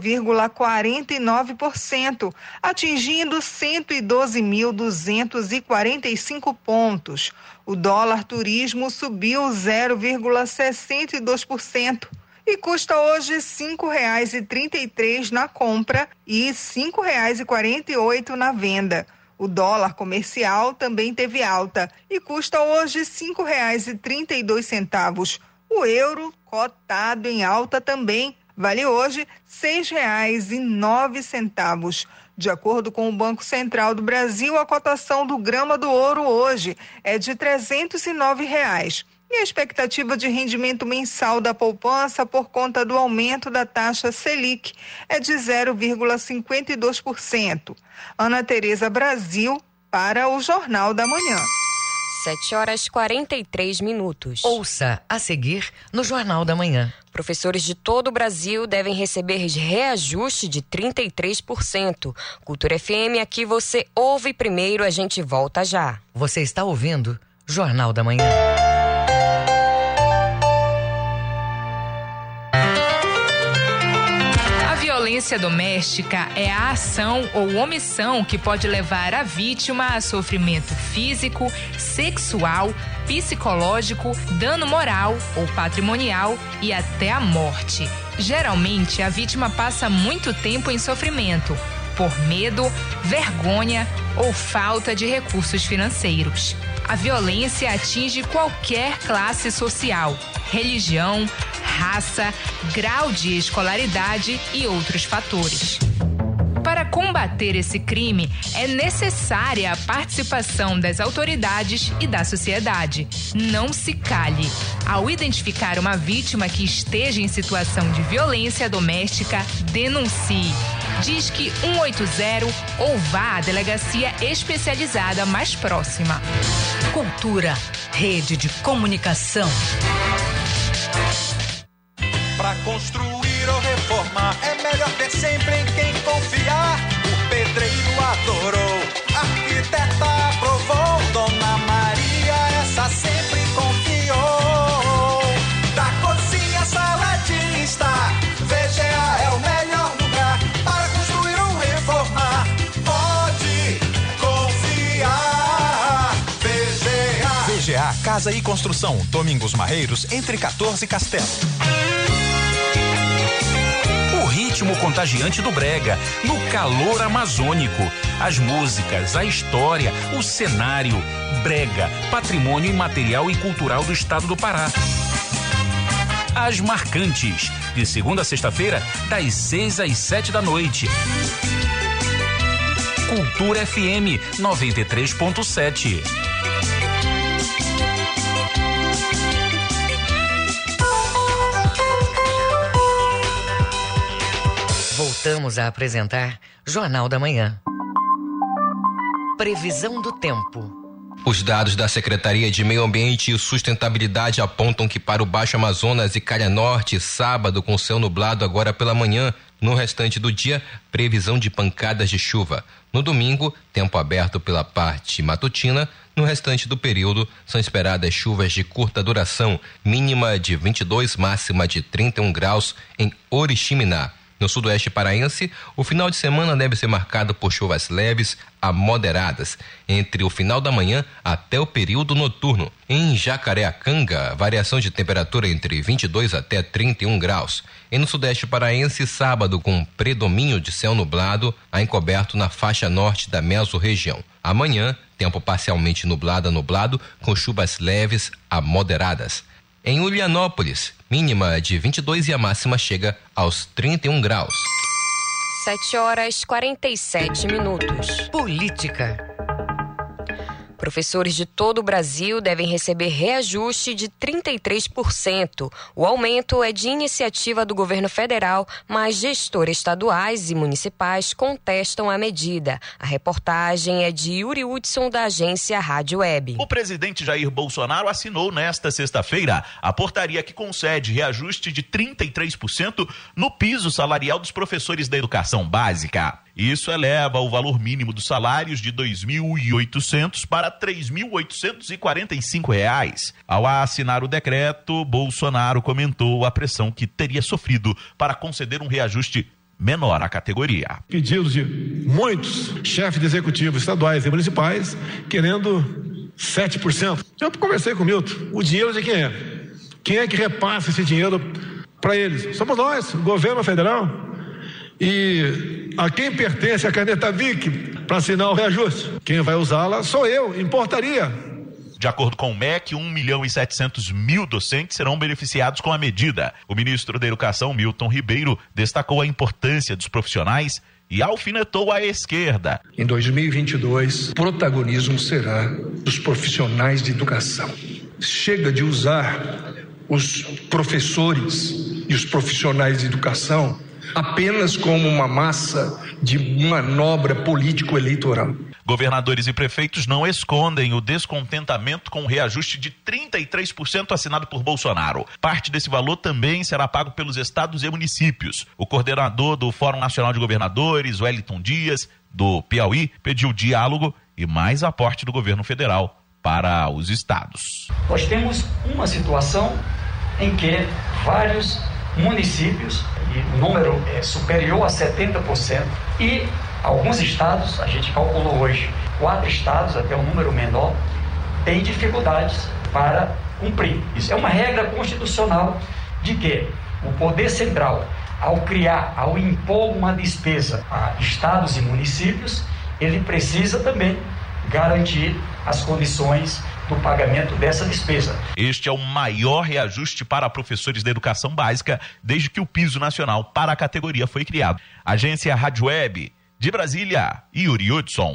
0,49%, atingindo 112.245 pontos. O dólar turismo subiu 0,62%. E custa hoje R$ 5,33 na compra e R$ 5,48 na venda. O dólar comercial também teve alta e custa hoje R$ 5,32. O euro, cotado em alta também, vale hoje R$ 6,09. De acordo com o Banco Central do Brasil, a cotação do grama do ouro hoje é de R$ 309. E a expectativa de rendimento mensal da poupança por conta do aumento da taxa Selic é de 0,52%. Ana Tereza Brasil, para o Jornal da Manhã. 7h43. Ouça a seguir no Jornal da Manhã. Professores de todo o Brasil devem receber reajuste de 33%. Cultura FM, aqui você ouve primeiro, a gente volta já. Você está ouvindo Jornal da Manhã. violência doméstica é a ação ou omissão que pode levar a vítima a sofrimento físico, sexual, psicológico, dano moral ou patrimonial e até a morte. Geralmente, a vítima passa muito tempo em sofrimento, por medo, vergonha ou falta de recursos financeiros. A violência atinge qualquer classe social, religião, raça, grau de escolaridade e outros fatores. Para combater esse crime, é necessária a participação das autoridades e da sociedade. Não se cale. Ao identificar uma vítima que esteja em situação de violência doméstica, denuncie. Disque 180 ou vá à delegacia especializada mais próxima. Cultura, rede de comunicação. Para construir ou reformar, é melhor ter sempre em quem confiar. O pedreiro adorou, a arquiteta aprovou, Dona Maria, essa sempre confiou. Da cozinha, sala de estar, VGA é o melhor lugar. Para construir ou reformar, pode confiar. VGA, Casa e Construção, Domingos Marreiros, entre 14 e Castelo. O ritmo contagiante do brega, no calor amazônico. As músicas, a história, o cenário. Brega, patrimônio imaterial e cultural do estado do Pará. As Marcantes, de segunda a sexta-feira, das 6 às 7 da noite. Cultura FM 93.7. Voltamos a apresentar Jornal da Manhã. Previsão do tempo. Os dados da Secretaria de Meio Ambiente e Sustentabilidade apontam que para o Baixo Amazonas e Calha Norte, sábado com céu nublado agora pela manhã. No restante do dia, previsão de pancadas de chuva. No domingo, tempo aberto pela parte matutina. No restante do período, são esperadas chuvas de curta duração, mínima de 22, máxima de 31 graus em Oriximiná. No sudoeste paraense, o final de semana deve ser marcado por chuvas leves a moderadas, entre o final da manhã até o período noturno. Em Jacareacanga, variação de temperatura entre 22 até 31 graus. E no sudeste paraense, sábado com predomínio de céu nublado, a encoberto na faixa norte da mesorregião. Amanhã, tempo parcialmente nublado, com chuvas leves a moderadas. Em Ulianópolis, mínima de 22 e a máxima chega aos 31 graus. 7h47. Política. Professores de todo o Brasil devem receber reajuste de 33%. O aumento é de iniciativa do governo federal, mas gestores estaduais e municipais contestam a medida. A reportagem é de Yuri Hudson, da agência Rádio Web. O presidente Jair Bolsonaro assinou nesta sexta-feira a portaria que concede reajuste de 33% no piso salarial dos professores da educação básica. Isso eleva o valor mínimo dos salários de R$ 2.800 para R$ 3.845. Ao assinar o decreto, Bolsonaro comentou a pressão que teria sofrido para conceder um reajuste menor à categoria. Pedidos de muitos chefes de executivos estaduais e municipais querendo 7%. Eu conversei com o Milton. O dinheiro de quem é? Quem é que repassa esse dinheiro para eles? Somos nós, o governo federal. E a quem pertence a caneta Vic para assinar o reajuste? Quem vai usá-la sou eu, importaria. De acordo com o MEC, 1.700.000 docentes serão beneficiados com a medida. O ministro da Educação, Milton Ribeiro, destacou a importância dos profissionais e alfinetou a esquerda. Em 2022, o protagonismo será dos profissionais de educação. Chega de usar os professores e os profissionais de educação apenas como uma massa de manobra político-eleitoral. Governadores e prefeitos não escondem o descontentamento com o reajuste de 33% assinado por Bolsonaro. Parte desse valor também será pago pelos estados e municípios. O coordenador do Fórum Nacional de Governadores, Wellington Dias, do Piauí, pediu diálogo e mais aporte do governo federal para os estados. Nós temos uma situação em que vários municípios, e o número é superior a 70%, e alguns estados, a gente calculou hoje, 4 estados, até um número menor, têm dificuldades para cumprir. Isso é uma regra constitucional de que o poder central, ao impor uma despesa a estados e municípios, ele precisa também garantir as condições do pagamento dessa despesa. Este é o maior reajuste para professores da educação básica desde que o piso nacional para a categoria foi criado. Agência Rádio Web, de Brasília, Yuri Hudson.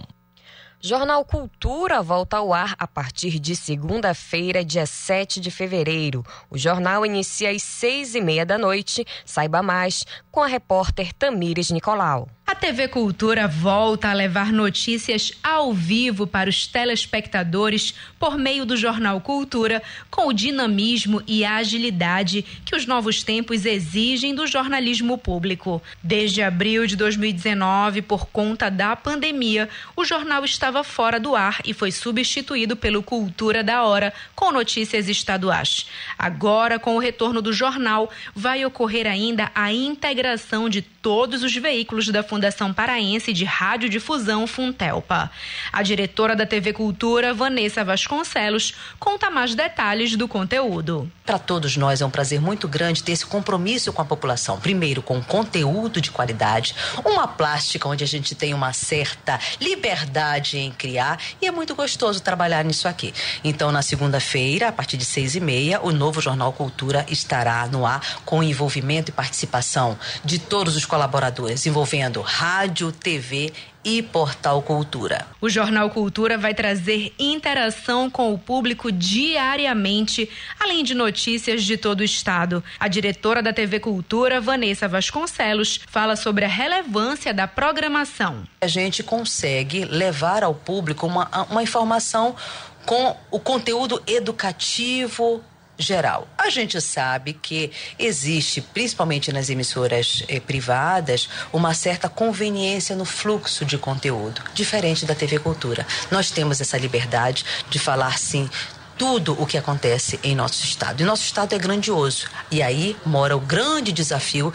Jornal Cultura volta ao ar a partir de segunda-feira, dia 7 de fevereiro. O jornal inicia às 6h30 da noite. Saiba mais com a repórter Tamires Nicolau. A TV Cultura volta a levar notícias ao vivo para os telespectadores por meio do Jornal Cultura, com o dinamismo e a agilidade que os novos tempos exigem do jornalismo público. Desde abril de 2019, por conta da pandemia, o jornal estava fora do ar e foi substituído pelo Cultura da Hora, com notícias estaduais. Agora, com o retorno do jornal, vai ocorrer ainda a integração de todos os veículos da Fundação Paraense de Radiodifusão Funtelpa. A diretora da TV Cultura, Vanessa Vasconcelos, conta mais detalhes do conteúdo. Para todos nós é um prazer muito grande ter esse compromisso com a população. Primeiro, com conteúdo de qualidade, uma plástica onde a gente tem uma certa liberdade em criar, e é muito gostoso trabalhar nisso aqui. Então, na segunda-feira, a partir de 6h30, o novo Jornal Cultura estará no ar com envolvimento e participação de todos os colaboradores, envolvendo rádio, TV e Portal Cultura. O Jornal Cultura vai trazer interação com o público diariamente, além de notícias de todo o estado. A diretora da TV Cultura, Vanessa Vasconcelos, fala sobre a relevância da programação. A gente consegue levar ao público uma informação com o conteúdo educativo geral. A gente sabe que existe, principalmente nas emissoras privadas, uma certa conveniência no fluxo de conteúdo, diferente da TV Cultura. Nós temos essa liberdade de falar, sim, tudo o que acontece em nosso estado. E nosso estado é grandioso. E aí mora o grande desafio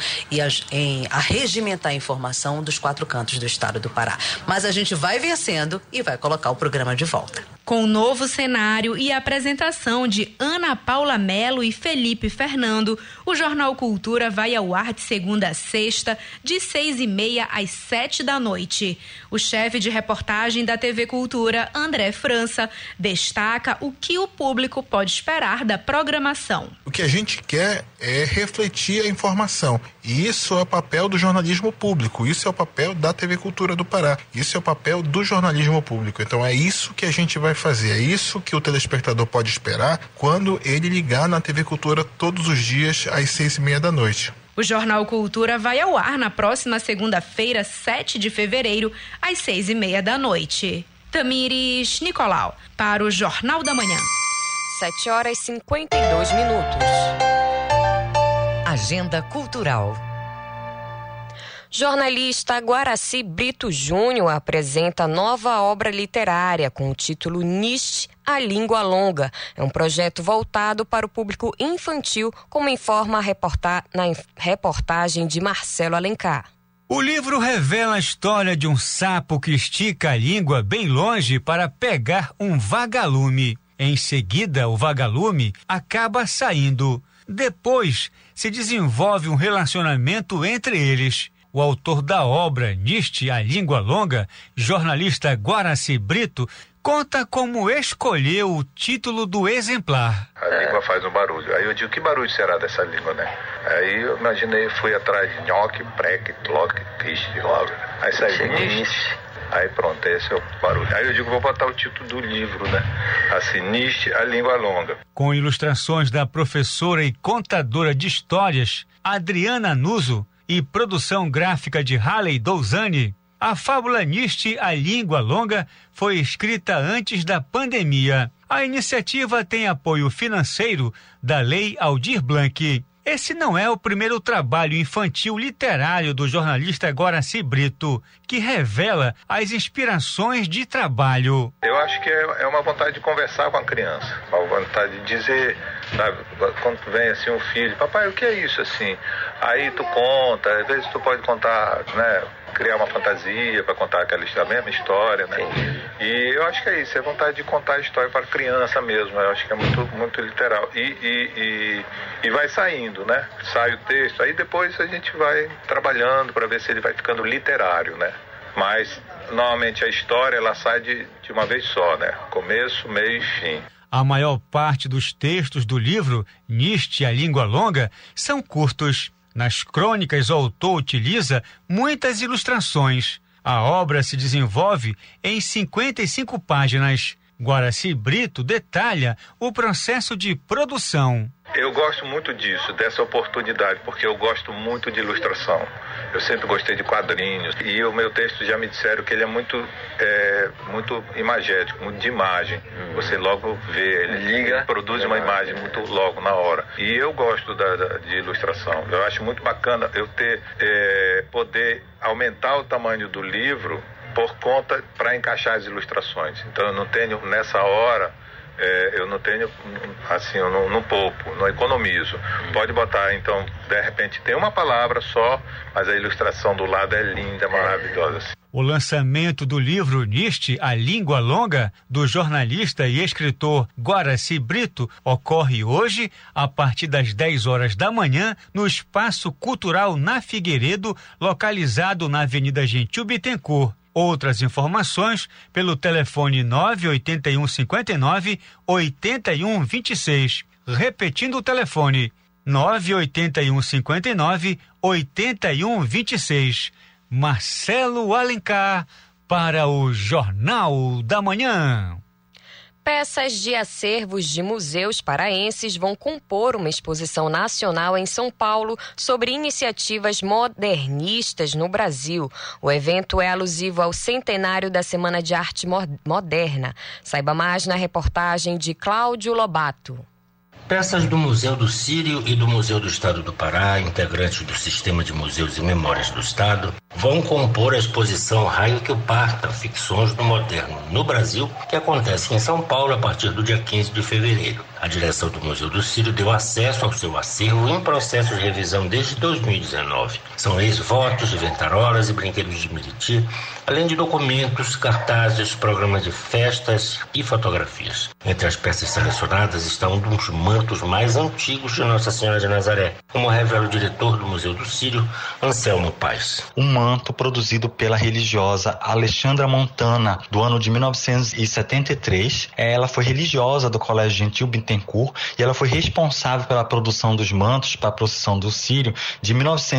em arregimentar a informação dos 4 cantos do estado do Pará. Mas a gente vai vencendo e vai colocar o programa de volta. Com o novo cenário e a apresentação de Ana Paula Melo e Felipe Fernando, o Jornal Cultura vai ao ar de segunda a sexta, de 6h30 às 7 da noite. O chefe de reportagem da TV Cultura, André França, destaca o que o público pode esperar da programação. O que a gente quer é refletir a informação. E isso é o papel do jornalismo público, isso é o papel da TV Cultura do Pará, isso é o papel do jornalismo público. Então é isso que a gente vai fazer, é isso que o telespectador pode esperar quando ele ligar na TV Cultura todos os dias às 6h30 da noite. O Jornal Cultura vai ao ar na próxima segunda-feira, 7 de fevereiro, às 6h30 da noite. Tamires Nicolau, para o Jornal da Manhã. 7h52. Agenda Cultural. Jornalista Guaraci Brito Júnior apresenta nova obra literária com o título Nietzsche, a Língua Longa. É um projeto voltado para o público infantil, como informa na reportagem de Marcelo Alencar. O livro revela a história de um sapo que estica a língua bem longe para pegar um vagalume. Em seguida, o vagalume acaba saindo. Depois, se desenvolve um relacionamento entre eles. O autor da obra, Nietzsche, a Língua Longa, jornalista Guaraci Brito, conta como escolheu o título do exemplar. A língua faz um barulho. Aí eu digo, que barulho será dessa língua, né? Aí eu imaginei, fui atrás de nhoque, preque, tloque, quiche, logo. Aí saiu Nietzsche. Aí pronto, esse é o barulho. Aí eu digo, vou botar o título do livro, né? Assim, Nietzsche, a Língua Longa. Com ilustrações da professora e contadora de histórias, Adriana Nuso, e produção gráfica de Halley Douzani, a fábula Nietzsche, a Língua Longa, foi escrita antes da pandemia. A iniciativa tem apoio financeiro da Lei Aldir Blanc. Esse não é o primeiro trabalho infantil literário do jornalista Guaraci Brito, que revela as inspirações de trabalho. Eu acho que é uma vontade de conversar com a criança, uma vontade de dizer sabe? Quando vem assim um filho, papai, o que é isso assim? Aí tu conta, às vezes tu pode contar, né? Criar uma fantasia para contar a mesma história, né? E eu acho que é isso, é vontade de contar a história para criança mesmo, eu acho que é muito literal. E vai saindo, né? Sai o texto, aí depois a gente vai trabalhando para ver se ele vai ficando literário, né? Mas, normalmente, a história, ela sai de uma vez só, né? Começo, meio e fim. A maior parte dos textos do livro, Nietzsche, a Língua Longa, são curtos. Nas crônicas, o autor utiliza muitas ilustrações. A obra se desenvolve em 55 páginas. Guaraci Brito detalha o processo de produção. Eu gosto muito disso, dessa oportunidade, porque eu gosto muito de ilustração. Eu sempre gostei de quadrinhos e o meu texto já me disseram que ele é muito imagético, muito de imagem. Você logo vê, ele produz uma imagem muito logo na hora. E eu gosto de ilustração. Eu acho muito bacana eu poder aumentar o tamanho do livro por conta para encaixar as ilustrações. Então eu não tenho nessa hora. Eu não tenho, assim, eu não poupo, não economizo. Pode botar, então, de repente tem uma palavra só, mas a ilustração do lado é linda, maravilhosa. Assim. O lançamento do livro Nietzsche, a Língua Longa, do jornalista e escritor Guaraci Brito, ocorre hoje, a partir das 10 horas da manhã, no Espaço Cultural na Figueiredo, localizado na Avenida Gentil Bittencourt. Outras informações pelo telefone 981 59 81 26. Repetindo o telefone 981 59 81 26. Marcelo Alencar para o Jornal da Manhã. Peças de acervos de museus paraenses vão compor uma exposição nacional em São Paulo sobre iniciativas modernistas no Brasil. O evento é alusivo ao centenário da Semana de Arte Moderna. Saiba mais na reportagem de Cláudio Lobato. Peças do Museu do Círio e do Museu do Estado do Pará, integrantes do Sistema de Museus e Memórias do Estado, vão compor a exposição Raio que o Parta, Ficções do Moderno no Brasil, que acontece em São Paulo a partir do dia 15 de fevereiro. A direção do Museu do Círio deu acesso ao seu acervo em processo de revisão desde 2019. São ex-votos, inventarolas e brinquedos de Meriti, além de documentos, cartazes, programas de festas e fotografias. Entre as peças selecionadas está um dos mantos mais antigos de Nossa Senhora de Nazaré, como revela o diretor do Museu do Círio, Anselmo Paes. Um manto produzido pela religiosa Alexandra Montana, do ano de 1973. Ela foi religiosa do Colégio Gentil Bittencourt e ela foi responsável pela produção dos mantos para a procissão do Círio de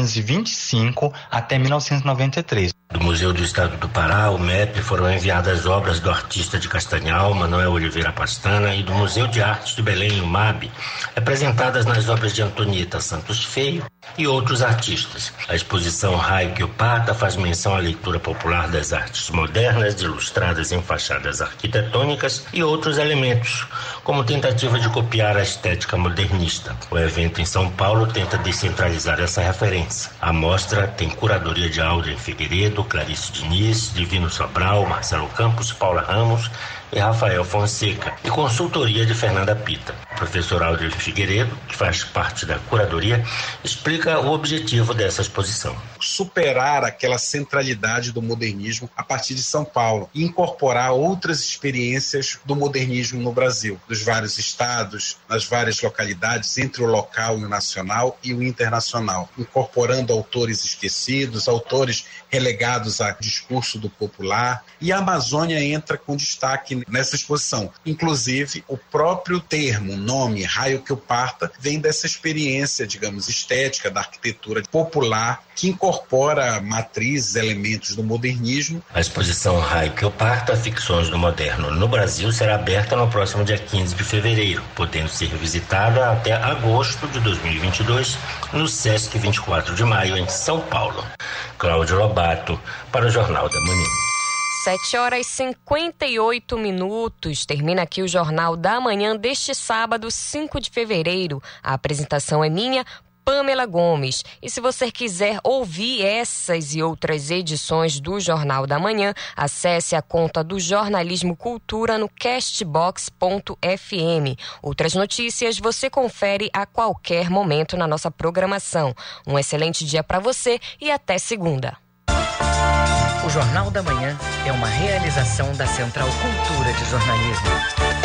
1925 até 1993. Do Museu do Estado do Pará, o MEP, foram enviadas obras do artista de Castanhal, Manuel Oliveira Pastana, e do Museu de Artes de Belém, o MAB, apresentadas nas obras de Antonieta Santos Feio e outros artistas. A exposição Raio que o Parta faz menção à leitura popular das artes modernas, ilustradas em fachadas arquitetônicas e outros elementos, como tentativa de copiar a estética modernista. O evento em São Paulo tenta descentralizar essa referência. A mostra tem curadoria de Aldrin Figueiredo, Clarice Diniz, Divino Sobral, Marcelo Campos, Paula Ramos e Rafael Fonseca, e consultoria de Fernanda Pita. O professor Aldrin Figueiredo, que faz parte da curadoria, explica o objetivo dessa exposição. Superar aquela centralidade do modernismo a partir de São Paulo e incorporar outras experiências do modernismo no Brasil, dos vários estados, nas várias localidades, entre o local e o nacional e o internacional, incorporando autores esquecidos, autores relegados a discurso do popular, e a Amazônia entra com destaque nessa exposição. Inclusive, o próprio termo, nome, Raio que o Parta, vem dessa experiência, digamos, estética da arquitetura popular, que incorpora matrizes, elementos do modernismo. A exposição Raio que o Parta, Ficções do Moderno no Brasil, será aberta no próximo dia 15 de fevereiro, podendo ser visitada até agosto de 2022 no Sesc 24 de Maio, em São Paulo. Cláudio Lobato, para o Jornal da Manhã. 7h58. Termina aqui o Jornal da Manhã deste sábado, 5 de fevereiro. A apresentação é minha, Pamela Gomes. E se você quiser ouvir essas e outras edições do Jornal da Manhã, acesse a conta do Jornalismo Cultura no castbox.fm. Outras notícias você confere a qualquer momento na nossa programação. Um excelente dia para você e até segunda. O Jornal da Manhã é uma realização da Central Cultura de Jornalismo.